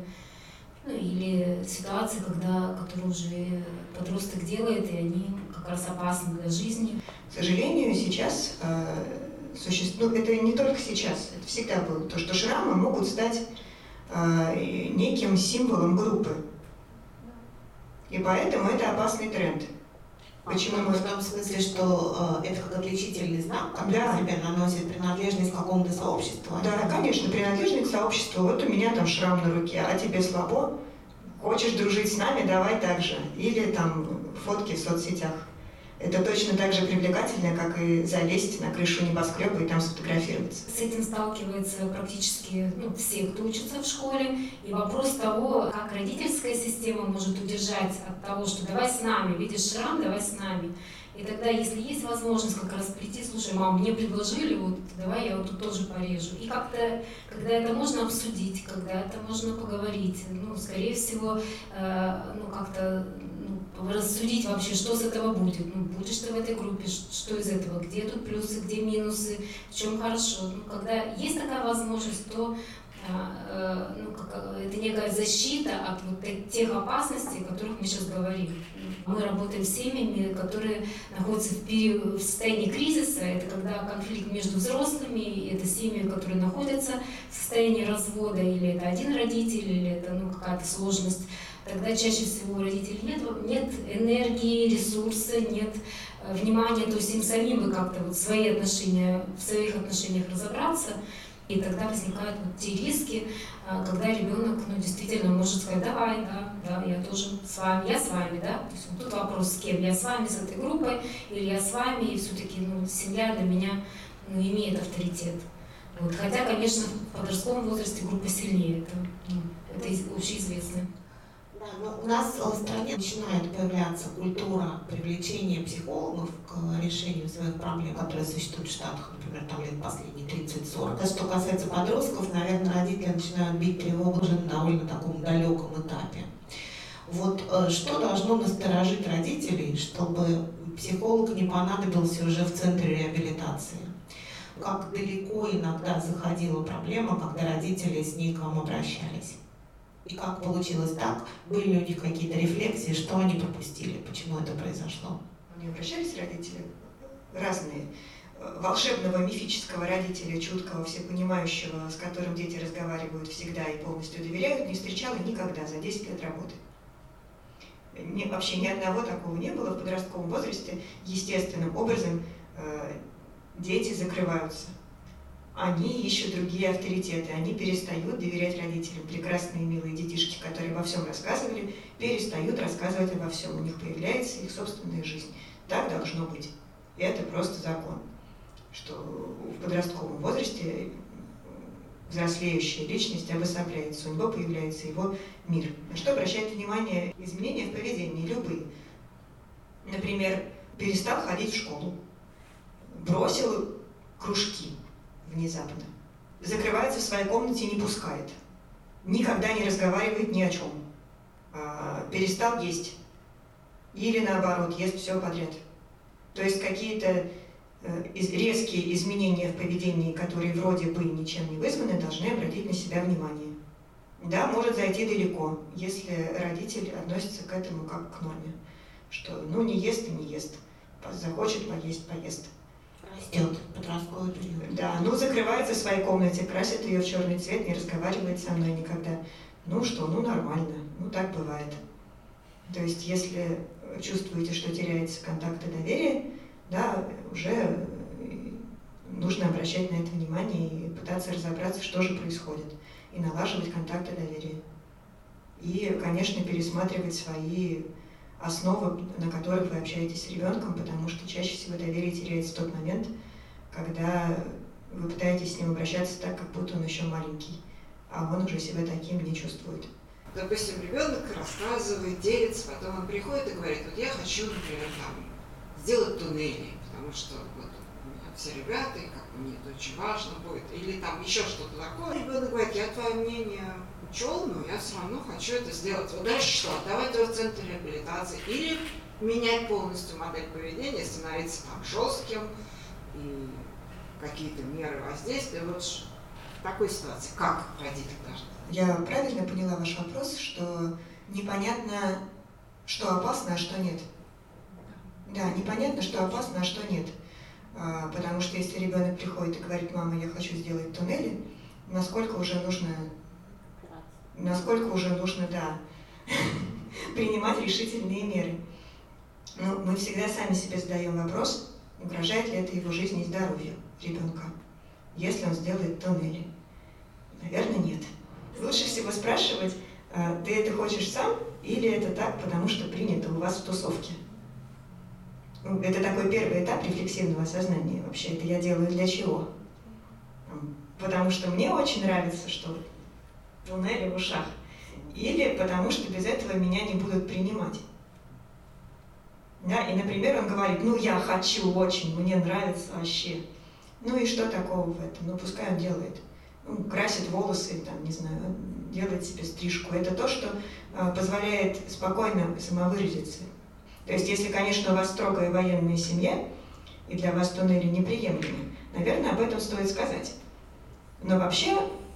или ситуации, которые уже подросток делает, и они как раз опасны для жизни. К сожалению, сейчас это не только сейчас, это всегда было, то, что шрамы могут стать неким символом группы. И поэтому это опасный тренд. Почему? В том смысле, что это как отличительный знак, когда себе наносит принадлежность к какому-то сообществу? Да, конечно, принадлежность к сообществу. Вот у меня там шрам на руке, а тебе слабо? Хочешь дружить с нами? Давай так же. Или там фотки в соцсетях. Это точно так же привлекательно, как и залезть на крышу небоскреба и там сфотографироваться. С этим сталкиваются практически все, кто учится в школе. И вопрос того, как родительская система может удержать от того, что давай с нами, видишь шрам, давай с нами. И тогда, если есть возможность как раз прийти, слушай, мам, мне предложили, давай я тут тоже порежу. И как-то, когда это можно обсудить, когда это можно поговорить, скорее всего, как-то рассудить вообще, что с этого будет. Будешь ты в этой группе, что из этого, где тут плюсы, где минусы, в чем хорошо. Когда есть такая возможность, то это некая защита от тех опасностей, о которых мы сейчас говорим. Мы работаем с семьями, которые находятся в состоянии кризиса. Это когда конфликт между взрослыми, это семьи, которые находятся в состоянии развода, или это один родитель, или это какая-то сложность. Тогда чаще всего у родителей нет энергии, ресурса, нет внимания, то есть им самим бы как-то в своих отношениях разобраться. И тогда возникают те риски, когда ребенок действительно может сказать, давай, да, я тоже с вами, я с вами, да. То есть тут вопрос, с кем, я с вами, с этой группой, или я с вами, и все-таки семья для меня имеет авторитет. Хотя, конечно, в подростковом возрасте группа сильнее, это общеизвестно. Да, но у нас в стране начинает появляться культура привлечения психологов к решению своих проблем, которые существуют в Штатах, например, там лет последние 30-40. Что касается подростков, наверное, родители начинают бить тревогу уже на довольно таком далеком этапе. Что должно насторожить родителей, чтобы психолог не понадобился уже в центре реабилитации? Как далеко иногда заходила проблема, когда родители с ней к вам обращались? И как получилось так? Были ли у них какие-то рефлексии, что они пропустили, почему это произошло? Они обращались, родители, разные. Волшебного, мифического родителя, чуткого, всепонимающего, с которым дети разговаривают всегда и полностью доверяют, не встречала никогда за 10 лет работы. вообще ни одного такого не было в подростковом возрасте. Естественным образом дети закрываются. Они ищут другие авторитеты, они перестают доверять родителям. Прекрасные, милые детишки, которые во всем рассказывали, перестают рассказывать обо всем. У них появляется их собственная жизнь. Так должно быть. И это просто закон, что в подростковом возрасте взрослеющая личность обособляется, у него появляется его мир. На что обращает внимание изменения в поведении, любые. Например, перестал ходить в школу, бросил кружки внезапно, закрывается в своей комнате и не пускает, никогда не разговаривает ни о чем, перестал есть или наоборот, ест все подряд. То есть какие-то резкие изменения в поведении, которые вроде бы ничем не вызваны, должны обратить на себя внимание. Да, может зайти далеко, если родитель относится к этому как к норме, что не ест и не ест, захочет поесть, поест. Растет подростковый период. Да, закрывается в своей комнате, красит ее в черный цвет, не разговаривает со мной никогда. Нормально, так бывает. То есть, если чувствуете, что теряется контакт и доверие, да, уже нужно обращать на это внимание и пытаться разобраться, что же происходит, и налаживать контакт и доверие. И, конечно, пересматривать свои основы, на которых вы общаетесь с ребенком, потому что чаще всего доверие теряется в тот момент, когда вы пытаетесь с ним обращаться так, как будто он еще маленький, а он уже себя таким не чувствует. Допустим, ребенок рассказывает, делится, потом он приходит и говорит, я хочу, например, сделать туннели, потому что у меня все ребята, и мне это очень важно будет, или еще что-то такое. Ребенок говорит, я твое мнение учел, но я все равно хочу это сделать. Дальше что? Отдавать его в центр реабилитации или менять полностью модель поведения, становиться жестким и какие-то меры воздействия. В такой ситуации как родитель должен? Я правильно поняла ваш вопрос, что непонятно, что опасно, а что нет? Да, непонятно, что опасно, а что нет. Потому что если ребенок приходит и говорит, мама, я хочу сделать туннели, насколько уже нужно, да, принимать решительные меры. Мы всегда сами себе задаем вопрос, угрожает ли это его жизни и здоровью ребенка, если он сделает туннели. Наверное, нет. Лучше всего спрашивать, ты это хочешь сам или это так, потому что принято у вас в тусовке. Это такой первый этап рефлексивного осознания. Вообще, это я делаю для чего? Потому что мне очень нравится, что туннели в ушах. Или потому что без этого меня не будут принимать. Да? И, например, он говорит, я хочу очень, мне нравится вообще. И что такого в этом? Пускай он делает. Красит волосы, делает себе стрижку. Это то, что позволяет спокойно самовыразиться. То есть, если, конечно, у вас строгая военная семья, и для вас туннели неприемлемы, наверное, об этом стоит сказать. Но вообще,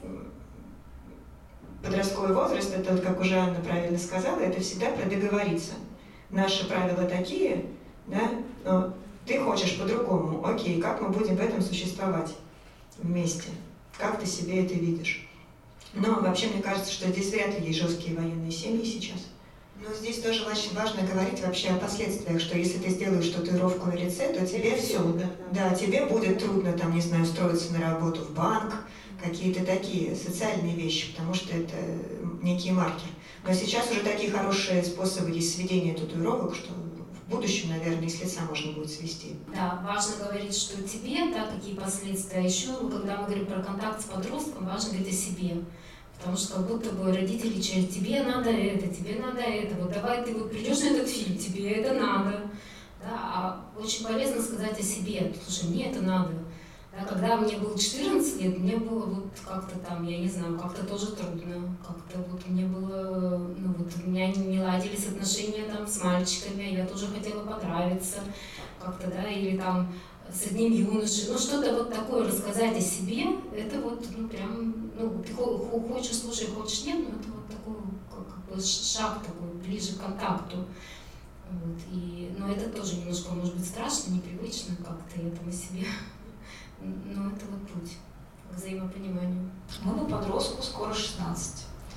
подростковый возраст, это как уже Анна правильно сказала, это всегда про договориться. Наши правила такие, да, но ты хочешь по-другому. Окей, как мы будем в этом существовать вместе? Как ты себе это видишь? Но вообще, мне кажется, что здесь вряд ли есть жесткие военные семьи сейчас. Но здесь тоже очень важно говорить вообще о последствиях, что если ты сделаешь татуировку на лице, то тебе все, да, тебе будет трудно, устроиться на работу в банк, какие-то такие социальные вещи, потому что это некий маркер. Но сейчас уже такие хорошие способы есть сведения татуировок, что в будущем, наверное, и с лица можно будет свести. Да, важно говорить, что тебе, какие последствия. Еще, когда мы говорим про контакт с подростком, важно говорить о себе. Потому что как будто бы родители через тебе надо это, давай ты придешь на этот фильм, тебе это надо. Да? А очень полезно сказать о себе, слушай, мне это надо. Да, когда мне было 14 лет, мне было как-то как-то тоже трудно. Как-то мне было, у меня не ладились отношения с мальчиками, я тоже хотела понравиться как-то, да, или с одним юношей. Что-то такое рассказать о себе, это ты хочешь, слушай, хочешь, нет, это такой шаг такой, ближе к контакту. Но это тоже немножко может быть страшно, непривычно как-то этому себе. Но это путь к взаимопониманию. Моему подростку скоро 16.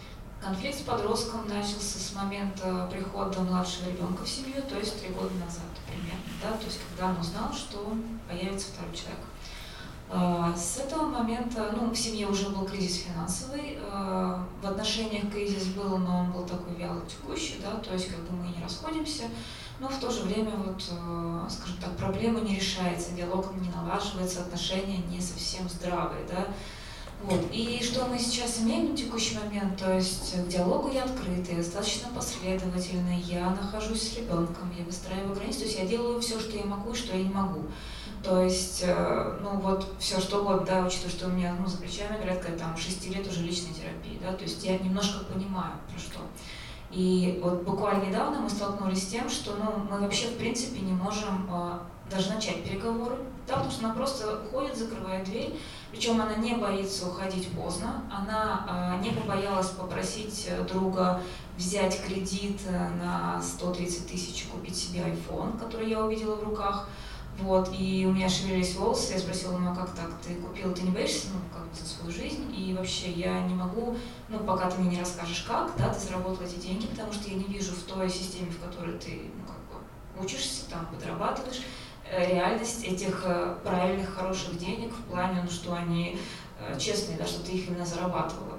Конфликт с подростком начался с момента прихода младшего ребенка в семью, то есть 3 года назад примерно, да, то есть когда он узнал, что появится второй человек. С этого момента, в семье уже был кризис финансовый, в отношениях кризис был, но он был такой вяло текущий, да, то есть мы не расходимся, но в то же время, скажем так, проблема не решается, диалог не налаживается, отношения не совсем здравые, да. И что мы сейчас имеем на текущий момент, то есть к диалогу я открытая, достаточно последовательная, я нахожусь с ребенком, я выстраиваю границы, то есть я делаю все, что я могу и что я не могу. То есть, все что угодно, да, учитывая, что у меня, за плечами, порядка 6 лет уже личной терапии, да, то есть я немножко понимаю, про что. И буквально недавно мы столкнулись с тем, что, мы вообще, в принципе, не можем даже начать переговоры, да, потому что она просто уходит, закрывает дверь, причем она не боится уходить поздно, она не побоялась попросить друга взять кредит на 130 тысяч, купить себе iPhone, который я увидела в руках. И у меня шевелились волосы, я спросила, а как так, ты купила, ты не боишься, за свою жизнь, и вообще я не могу, пока ты мне не расскажешь как, да, ты заработала эти деньги, потому что я не вижу в той системе, в которой ты, учишься, подрабатываешь, реальность этих правильных, хороших денег в плане, что они честные, да, что ты их именно зарабатывала,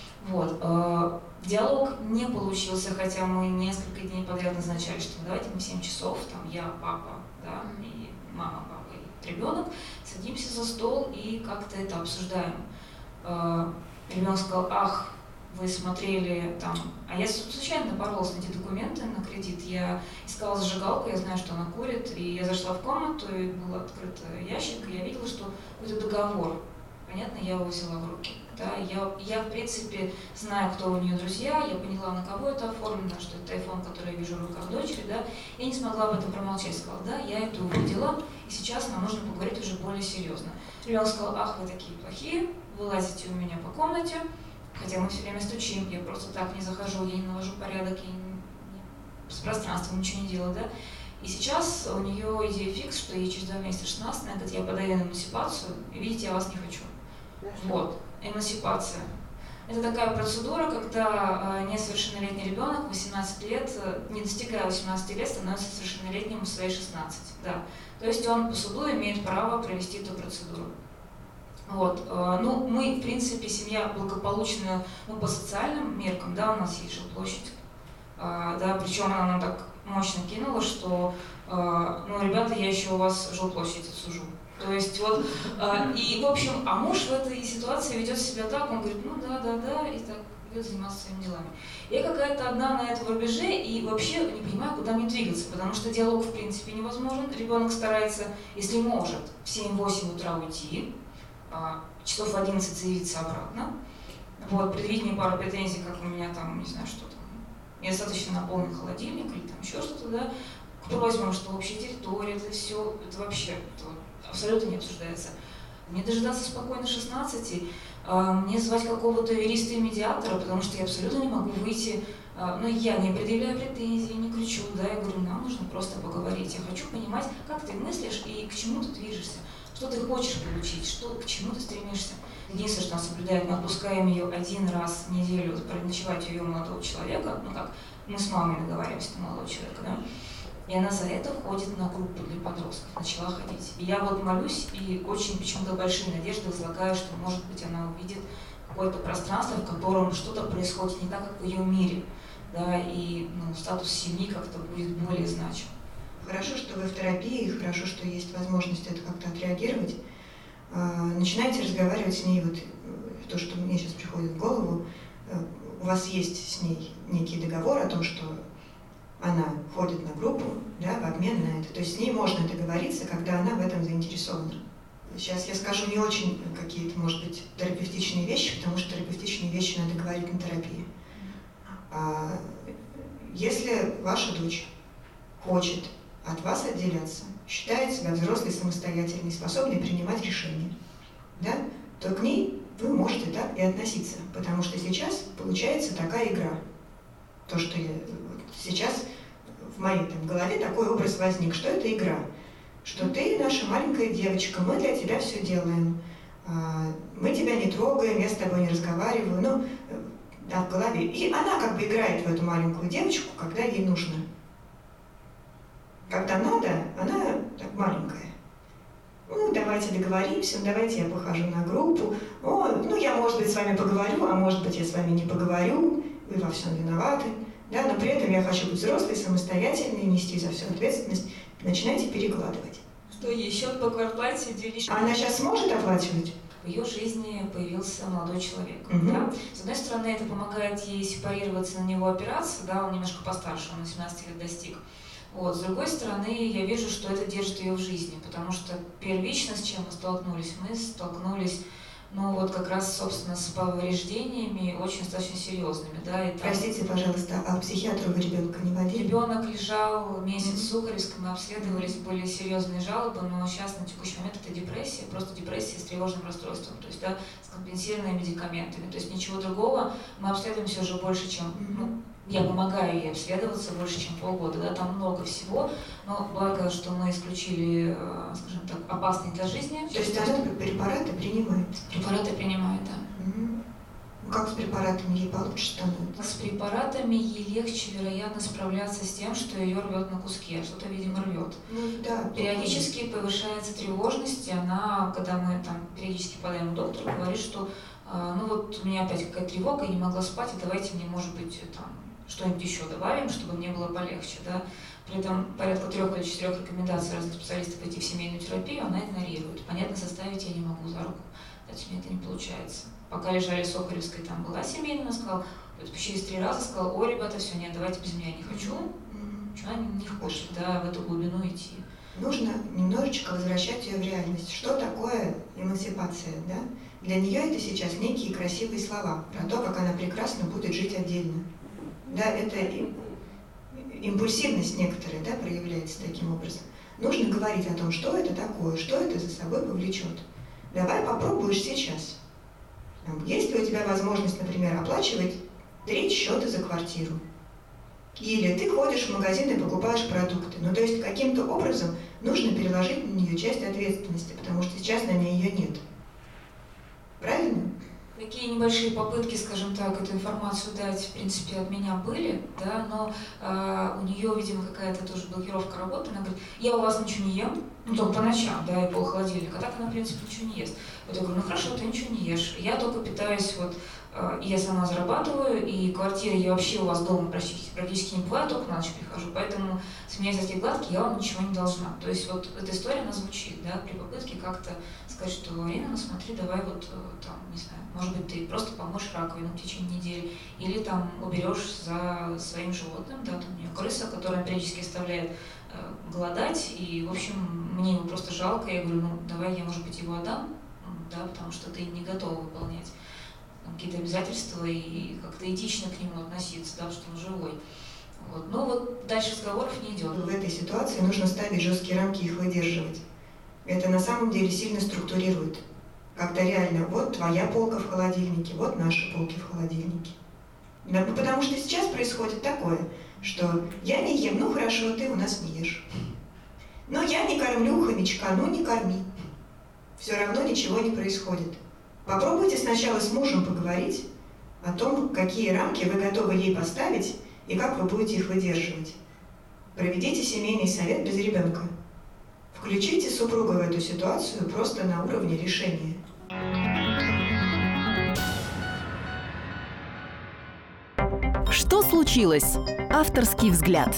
да. Диалог не получился, хотя мы несколько дней подряд назначали, что давайте мы в 7 часов, я, папа, да, и мама, папа и ребенок, садимся за стол и как-то это обсуждаем. Ребенок сказал, ах, вы смотрели а я случайно напоролась на эти документы на кредит, я искала зажигалку, я знаю, что она курит, и я зашла в комнату, и был открыт ящик, и я видела, что это договор. Понятно, я его взяла в руки. Да? Я, в принципе, знаю, кто у нее друзья, я поняла, на кого это оформлено, что это iPhone, который я вижу в руках дочери, да, я не смогла об этом промолчать, сказала, да, я это увидела, и сейчас нам нужно поговорить уже более серьезно. Ребенок сказал, ах, вы такие плохие, вы лазите у меня по комнате, хотя мы все время стучим, я просто так не захожу, я не навожу порядок, я с пространством ничего не делаю, да. И сейчас у нее идея фикс, что ей через 2 месяца 16, она говорит, я подаю на эмансипацию, и видите, я вас не хочу. Эмансипация. Это такая процедура, когда несовершеннолетний ребенок 18 лет, не достигая 18 лет, становится совершеннолетним в свои 16. Да. То есть он по суду имеет право провести эту процедуру. Мы, в принципе, семья благополучная, по социальным меркам, да, у нас есть жилплощадь, да, причем она нам так мощно кинула, что, ребята, я еще у вас жилплощадь отсужу. То есть и в общем, а муж в этой ситуации ведет себя так, он говорит, да, и так идет заниматься своими делами. Я какая-то одна на этом рубеже и вообще не понимаю, куда мне двигаться, потому что диалог в принципе невозможен. Ребенок старается, если может, в 7-8 утра уйти, часов в 11 заявиться обратно, предъявить мне пару претензий, как у меня не знаю, что там, недостаточно наполнен холодильник или еще что-то, да, к просьбам, что общая территория, это все, это вообще абсолютно не обсуждается. Мне дожидаться спокойно 16, мне звать какого-то юриста и медиатора, потому что я абсолютно не могу выйти, я не предъявляю претензий, не кричу, да, я говорю, нам нужно просто поговорить, я хочу понимать, как ты мыслишь и к чему ты движешься, что ты хочешь получить, к чему ты стремишься. Единственное, что нас соблюдает, мы отпускаем ее 1 раз в неделю ночевать у ее молодого человека, как мы с мамой договариваемся на молодого человека, да, и она за это ходит на группу для подростков, начала ходить. И я молюсь и очень почему-то большие надежды возлагаю, что, может быть, она увидит какое-то пространство, в котором что-то происходит не так, как в ее мире, да, и статус семьи как-то будет более значим. Хорошо, что вы в терапии, хорошо, что есть возможность это как-то отреагировать. Начинайте разговаривать с ней, то, что мне сейчас приходит в голову, у вас есть с ней некий договор о том, что она ходит на группу, да, в обмен на это. То есть с ней можно договориться, когда она в этом заинтересована. Сейчас я скажу не очень какие-то, может быть, терапевтичные вещи, потому что терапевтичные вещи надо говорить на терапии. Если ваша дочь хочет от вас отделяться, считает себя взрослой, самостоятельной, способной принимать решения, да, то к ней вы можете так и относиться, потому что сейчас получается такая игра. То, что сейчас в моей голове такой образ возник, что это игра, что ты наша маленькая девочка, мы для тебя все делаем, мы тебя не трогаем, я с тобой не разговариваю, да, в голове. И она как бы играет в эту маленькую девочку, когда ей нужно. Когда надо, она так маленькая. Ну, давайте договоримся, давайте я похожу на группу. Я, может быть, с вами поговорю, а может быть, я с вами не поговорю. Вы во всем виноваты. Да, но при этом я хочу быть взрослой, самостоятельной, нести за всю ответственность. Начинайте перекладывать. Что ей счет по квартплате делишь? А она сейчас сможет оплачивать? В ее жизни появился молодой человек. Угу. Да? С одной стороны, это помогает ей сепарироваться, на него опираться, да, он немножко постарше, он 18 лет достиг. Вот. С другой стороны, я вижу, что это держит ее в жизни, потому что первично, с чем мы столкнулись, как раз, собственно, с повреждениями очень достаточно серьезными. Да, и там... Простите, пожалуйста, а к психиатру вы ребенка не водили? Ребенок лежал месяц в Сухаревском, мы обследовались, были серьезные жалобы, но сейчас на текущий момент это депрессия, просто депрессия с тревожным расстройством, то есть, да, с компенсированными медикаментами, то есть ничего другого. Мы обследуемся уже больше, чем... Я помогаю ей обследоваться больше, чем полгода, да, там много всего, но благо, что мы исключили, скажем так, опасные для жизни. То есть она препараты принимает? Препараты принимает, да. Угу. Как с препаратами ей получше становится? С препаратами ей легче, вероятно, справляться с тем, что ее рвет на куски, что-то, видимо, рвет. Да, периодически повышается тревожность, и она, когда мы там периодически подаем к доктору, говорит, что у меня опять какая-то тревога, я не могла спать, и давайте мне, может быть, там, что-нибудь еще добавим, чтобы мне было полегче, да. При этом порядка 3 или 4 рекомендаций разных специалистов идти в семейную терапию она игнорирует. Понятно, заставить я не могу за руку, кстати, у меня это не получается. Пока лежали в Соколевской, там была семейная, она сказала, через 3 раза сказала, ой, ребята, все, нет, давайте без меня, не хочу. Почему она не хочет, да, в эту глубину идти? Нужно немножечко возвращать ее в реальность. Что такое эмансипация, да? Для нее это сейчас некие красивые слова про то, как она прекрасно будет жить отдельно. Да, это импульсивность некоторая, да, проявляется таким образом. Нужно говорить о том, что это такое, что это за собой повлечет. Давай попробуешь сейчас. Есть ли у тебя возможность, например, оплачивать 3 счета за квартиру? Или ты ходишь в магазин и покупаешь продукты. То есть каким-то образом нужно переложить на нее часть ответственности, потому что сейчас на ней ее нет. Правильно? Такие небольшие попытки, скажем так, эту информацию дать, в принципе, от меня были, да, но у нее, видимо, какая-то тоже блокировка работы. Она говорит, я у вас ничего не ем, только по ночам, да, и полхолодильника, а так она, в принципе, ничего не ест. Вот я говорю, хорошо, ты ничего не ешь, я только питаюсь, я сама зарабатываю, и квартиры я вообще у вас дома практически не бываю, только на ночь прихожу, поэтому с меня взять гладкий, я вам ничего не должна. То есть эта история, она звучит, да, при попытке как-то сказать, что, Ирина, смотри, давай там, не знаю, может быть, ты просто помоешь раковину в течение недели, или там уберешь за своим животным, да, там у нее крыса, которая периодически оставляет голодать, и, в общем, мне его просто жалко, я говорю, давай я, может быть, его отдам, да, потому что ты не готова выполнять какие-то обязательства и как-то этично к нему относиться, да, что он живой. Дальше разговоров не идет. В этой ситуации нужно ставить жесткие рамки и их выдерживать. Это на самом деле сильно структурирует. Когда реально, вот твоя полка в холодильнике, вот наши полки в холодильнике. Да, потому что сейчас происходит такое, что я не ем, хорошо, ты у нас не ешь. Но я не кормлю хомячка, не корми. Все равно ничего не происходит. Попробуйте сначала с мужем поговорить о том, какие рамки вы готовы ей поставить и как вы будете их выдерживать. Проведите семейный совет без ребенка. Включите супруга в эту ситуацию просто на уровне решения. Что случилось? Авторский взгляд.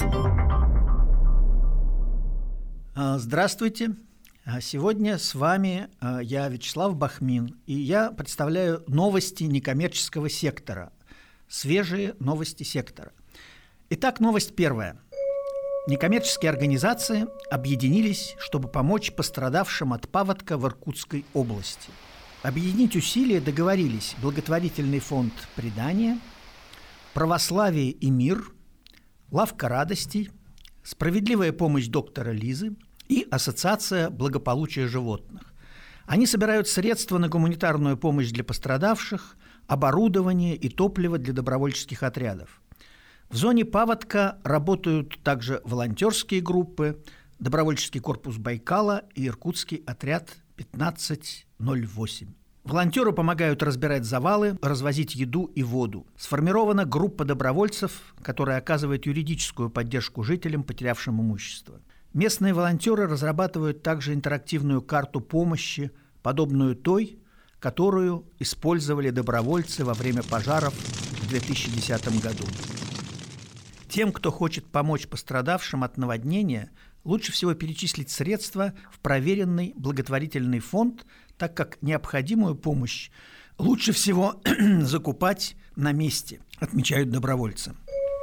Здравствуйте. Сегодня с вами я, Вячеслав Бахмин, и я представляю новости некоммерческого сектора, свежие новости сектора. Итак, новость первая. Некоммерческие организации объединились, чтобы помочь пострадавшим от паводка в Иркутской области. Объединить усилия договорились благотворительный фонд «Предание», «Православие и мир», «Лавка радостей», «Справедливая помощь доктора Лизы» и Ассоциация благополучия животных. Они собирают средства на гуманитарную помощь для пострадавших, оборудование и топливо для добровольческих отрядов. В зоне паводка работают также волонтерские группы, добровольческий корпус Байкала и иркутский отряд 1508. Волонтеры помогают разбирать завалы, развозить еду и воду. Сформирована группа добровольцев, которая оказывает юридическую поддержку жителям, потерявшим имущество. Местные волонтеры разрабатывают также интерактивную карту помощи, подобную той, которую использовали добровольцы во время пожаров в 2010 году. Тем, кто хочет помочь пострадавшим от наводнения, лучше всего перечислить средства в проверенный благотворительный фонд, так как необходимую помощь лучше всего закупать на месте, отмечают добровольцы.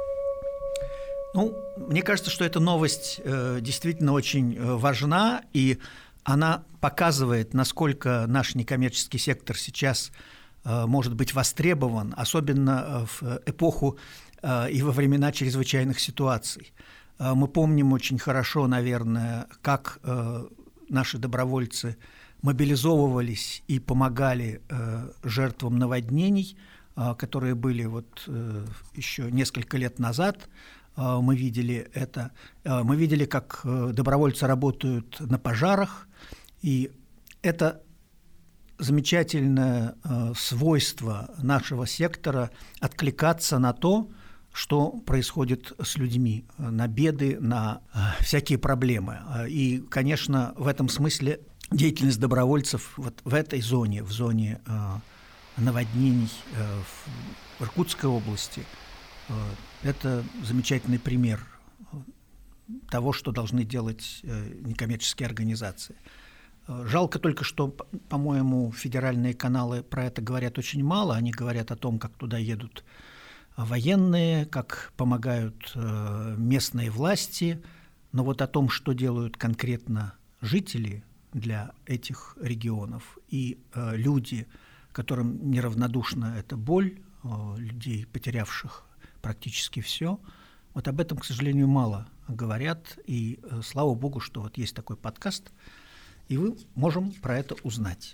Мне кажется, что эта новость действительно очень важна, и она показывает, насколько наш некоммерческий сектор сейчас может быть востребован, особенно в эпоху и во времена чрезвычайных ситуаций. Мы помним очень хорошо, наверное, как наши добровольцы мобилизовывались и помогали жертвам наводнений, которые были еще несколько лет назад. Мы видели это. Мы видели, как добровольцы работают на пожарах, и это замечательное свойство нашего сектора откликаться на то, что происходит с людьми, на беды, на всякие проблемы. И, конечно, в этом смысле деятельность добровольцев в этой зоне, в зоне наводнений в Иркутской области, это замечательный пример того, что должны делать некоммерческие организации. Жалко только, что, по-моему, федеральные каналы про это говорят очень мало. Они говорят о том, как туда едут военные, как помогают местные власти, но вот о том, что делают конкретно жители для этих регионов и люди, которым неравнодушна эта боль, людей, потерявших практически все, вот об этом, к сожалению, мало говорят, и слава богу, что вот есть такой подкаст, и мы можем про это узнать.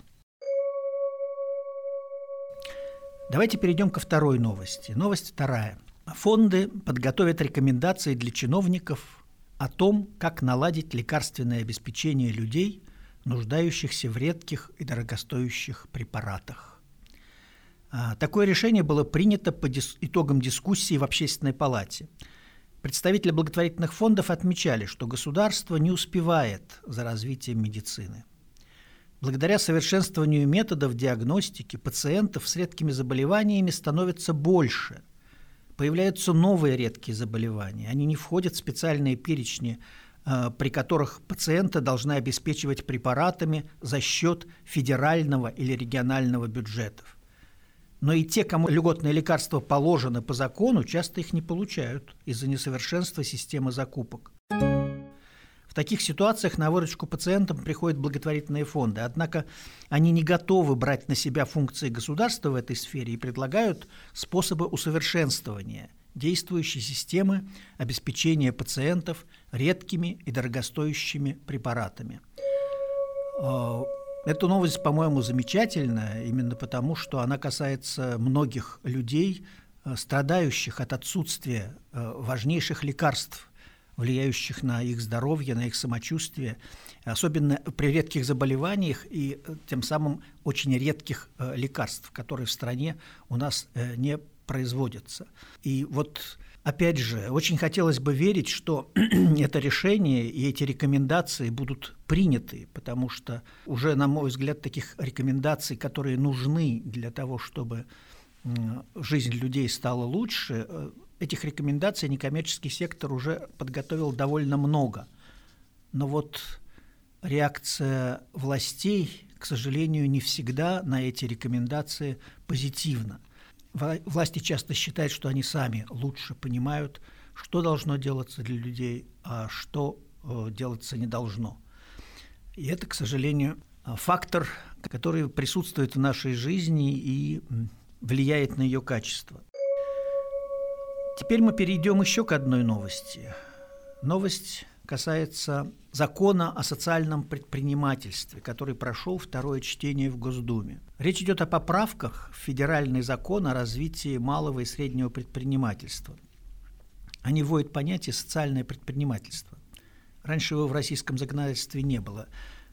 Давайте перейдем ко второй новости. Новость вторая. Фонды подготовят рекомендации для чиновников о том, как наладить лекарственное обеспечение людей, нуждающихся в редких и дорогостоящих препаратах. Такое решение было принято по итогам дискуссии в Общественной палате. Представители благотворительных фондов отмечали, что государство не успевает за развитием медицины. Благодаря совершенствованию методов диагностики пациентов с редкими заболеваниями становится больше. Появляются новые редкие заболевания. Они не входят в специальные перечни, при которых пациента должны обеспечивать препаратами за счет федерального или регионального бюджетов. Но и те, кому льготные лекарства положены по закону, часто их не получают из-за несовершенства системы закупок. В таких ситуациях на выручку пациентам приходят благотворительные фонды, однако они не готовы брать на себя функции государства в этой сфере и предлагают способы усовершенствования действующей системы обеспечения пациентов редкими и дорогостоящими препаратами. Эта новость, по-моему, замечательная, именно потому, что она касается многих людей, страдающих от отсутствия важнейших лекарств, влияющих на их здоровье, на их самочувствие, особенно при редких заболеваниях и тем самым очень редких лекарств, которые в стране у нас не производятся. И вот опять же, очень хотелось бы верить, что это решение и эти рекомендации будут приняты, потому что уже, на мой взгляд, таких рекомендаций, которые нужны для того, чтобы жизнь людей стала лучше, этих рекомендаций некоммерческий сектор уже подготовил довольно много. Но вот реакция властей, к сожалению, не всегда на эти рекомендации позитивна. Власти часто считают, что они сами лучше понимают, что должно делаться для людей, а что делаться не должно. И это, к сожалению, фактор, который присутствует в нашей жизни и влияет на ее качество. Теперь мы перейдем еще к одной новости. Новость касается закона о социальном предпринимательстве, который прошел второе чтение в Госдуме. Речь идет о поправках в федеральный закон о развитии малого и среднего предпринимательства. Они вводят понятие «социальное предпринимательство». Раньше его в российском законодательстве не было.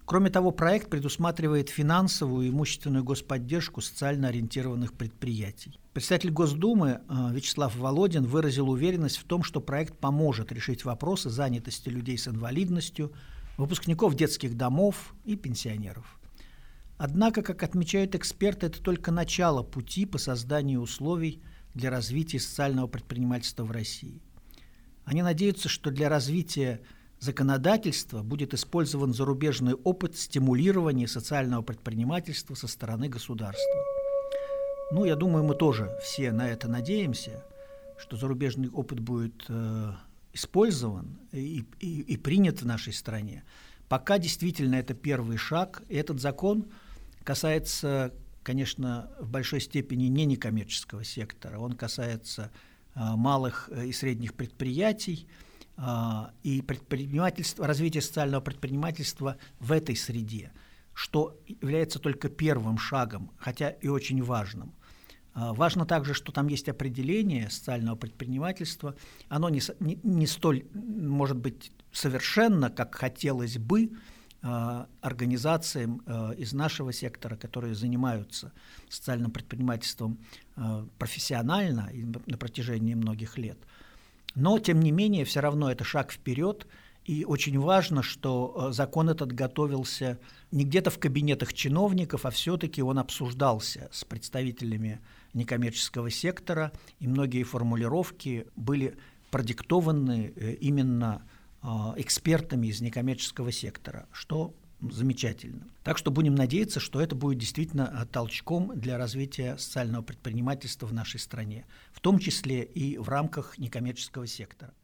Кроме того, проект предусматривает финансовую и имущественную господдержку социально ориентированных предприятий. Председатель Госдумы Вячеслав Володин выразил уверенность в том, что проект поможет решить вопросы занятости людей с инвалидностью, выпускников детских домов и пенсионеров. Однако, как отмечают эксперты, это только начало пути по созданию условий для развития социального предпринимательства в России. Они надеются, что для развития законодательства будет использован зарубежный опыт стимулирования социального предпринимательства со стороны государства. Я думаю, мы тоже все на это надеемся, что зарубежный опыт будет использован и принят в нашей стране. Пока действительно это первый шаг, и этот закон касается, конечно, в большой степени не некоммерческого сектора, он касается малых и средних предприятий, и предпринимательство, развитие социального предпринимательства в этой среде, что является только первым шагом, хотя и очень важным. Важно также, что там есть определение социального предпринимательства. Оно не столь, может быть, совершенно, как хотелось бы организациям из нашего сектора, которые занимаются социальным предпринимательством профессионально и на протяжении многих лет. Но, тем не менее, все равно это шаг вперед, и очень важно, что закон этот готовился не где-то в кабинетах чиновников, а все-таки он обсуждался с представителями некоммерческого сектора, и многие формулировки были продиктованы именно экспертами из некоммерческого сектора, что замечательно. Так что будем надеяться, что это будет действительно толчком для развития социального предпринимательства в нашей стране, в том числе и в рамках некоммерческого сектора.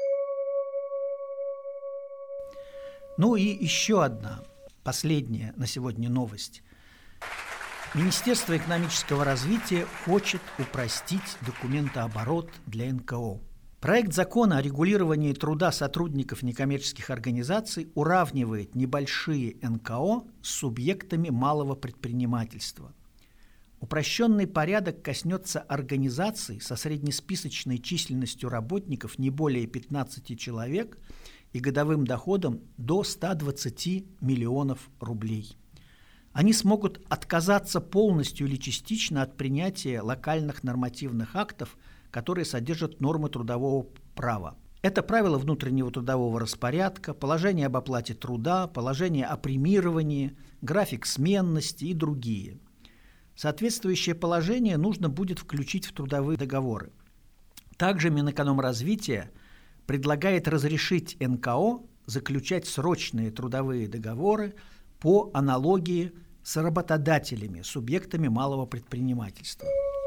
И еще одна, последняя на сегодня новость. Министерство экономического развития хочет упростить документооборот для НКО. Проект закона о регулировании труда сотрудников некоммерческих организаций уравнивает небольшие НКО с субъектами малого предпринимательства. Упрощенный порядок коснется организаций со среднесписочной численностью работников не более 15 человек и годовым доходом до 120 миллионов рублей. Они смогут отказаться полностью или частично от принятия локальных нормативных актов, которые содержат нормы трудового права. Это правила внутреннего трудового распорядка, положение об оплате труда, положение о премировании, график сменности и другие. Соответствующее положение нужно будет включить в трудовые договоры. Также Минэкономразвития предлагает разрешить НКО заключать срочные трудовые договоры по аналогии с работодателями, субъектами малого предпринимательства.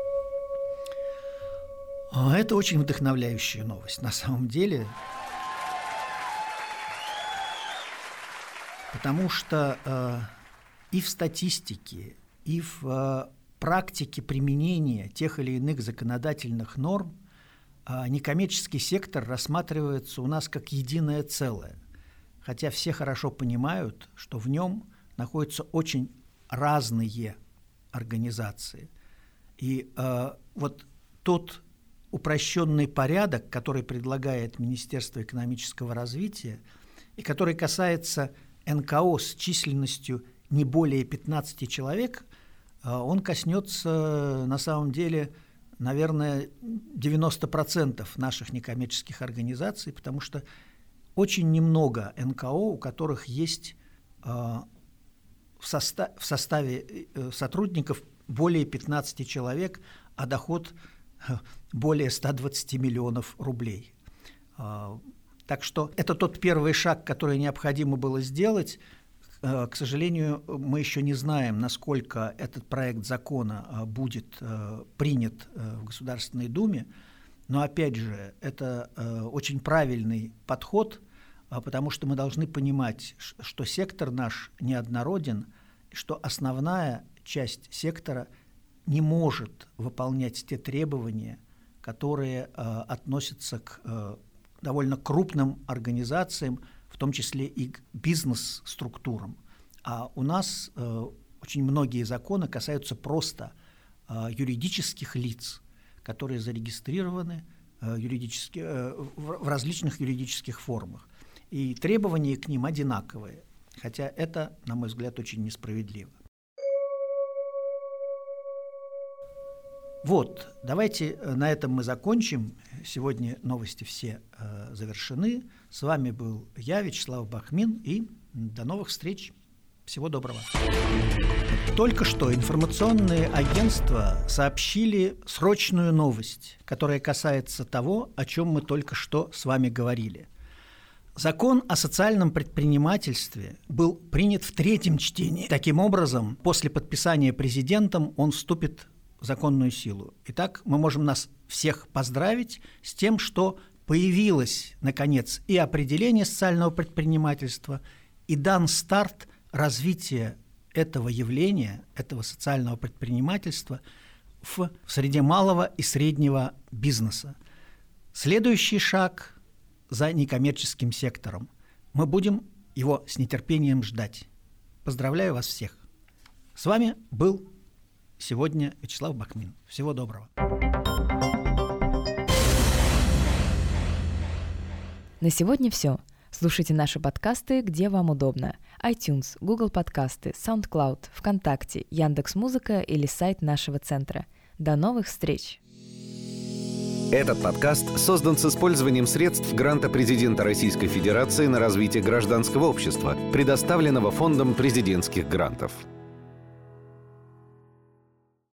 Это очень вдохновляющая новость на самом деле, потому что и в статистике, и в практике применения тех или иных законодательных норм некоммерческий сектор рассматривается у нас как единое целое, хотя все хорошо понимают, что в нем находятся очень разные организации. И вот тот упрощенный порядок, который предлагает Министерство экономического развития и который касается НКО с численностью не более 15 человек, он коснется на самом деле, наверное, 90% наших некоммерческих организаций, потому что очень немного НКО, у которых есть в составе сотрудников более 15 человек, а доход более 120 миллионов рублей. Так что это тот первый шаг, который необходимо было сделать. К сожалению, мы еще не знаем, насколько этот проект закона будет принят в Государственной Думе, но, опять же, это очень правильный подход, потому что мы должны понимать, что сектор наш неоднороден, и что основная часть сектора не может выполнять те требования, которые относятся к довольно крупным организациям, в том числе и к бизнес-структурам. А у нас очень многие законы касаются просто юридических лиц, которые зарегистрированы в различных юридических формах. И требования к ним одинаковые. Хотя это, на мой взгляд, очень несправедливо. Вот, давайте на этом мы закончим. Сегодня новости все завершены. С вами был я, Вячеслав Бахмин, и до новых встреч. Всего доброго. Только что информационные агентства сообщили срочную новость, которая касается того, о чем мы только что с вами говорили. Закон о социальном предпринимательстве был принят в 3-м чтении. Таким образом, после подписания президентом он вступит в законную силу. Итак, мы можем нас всех поздравить с тем, что появилось, наконец, и определение социального предпринимательства, и дан старт развития этого явления, этого социального предпринимательства в среде малого и среднего бизнеса. Следующий шаг за некоммерческим сектором. Мы будем его с нетерпением ждать. Поздравляю вас всех. С вами был сегодня Вячеслав Бахмин. Всего доброго. На сегодня все. Слушайте наши подкасты, где вам удобно. iTunes, Google подкасты, SoundCloud, ВКонтакте, Яндекс.Музыка или сайт нашего центра. До новых встреч! Этот подкаст создан с использованием средств гранта президента Российской Федерации на развитие гражданского общества, предоставленного Фондом президентских грантов.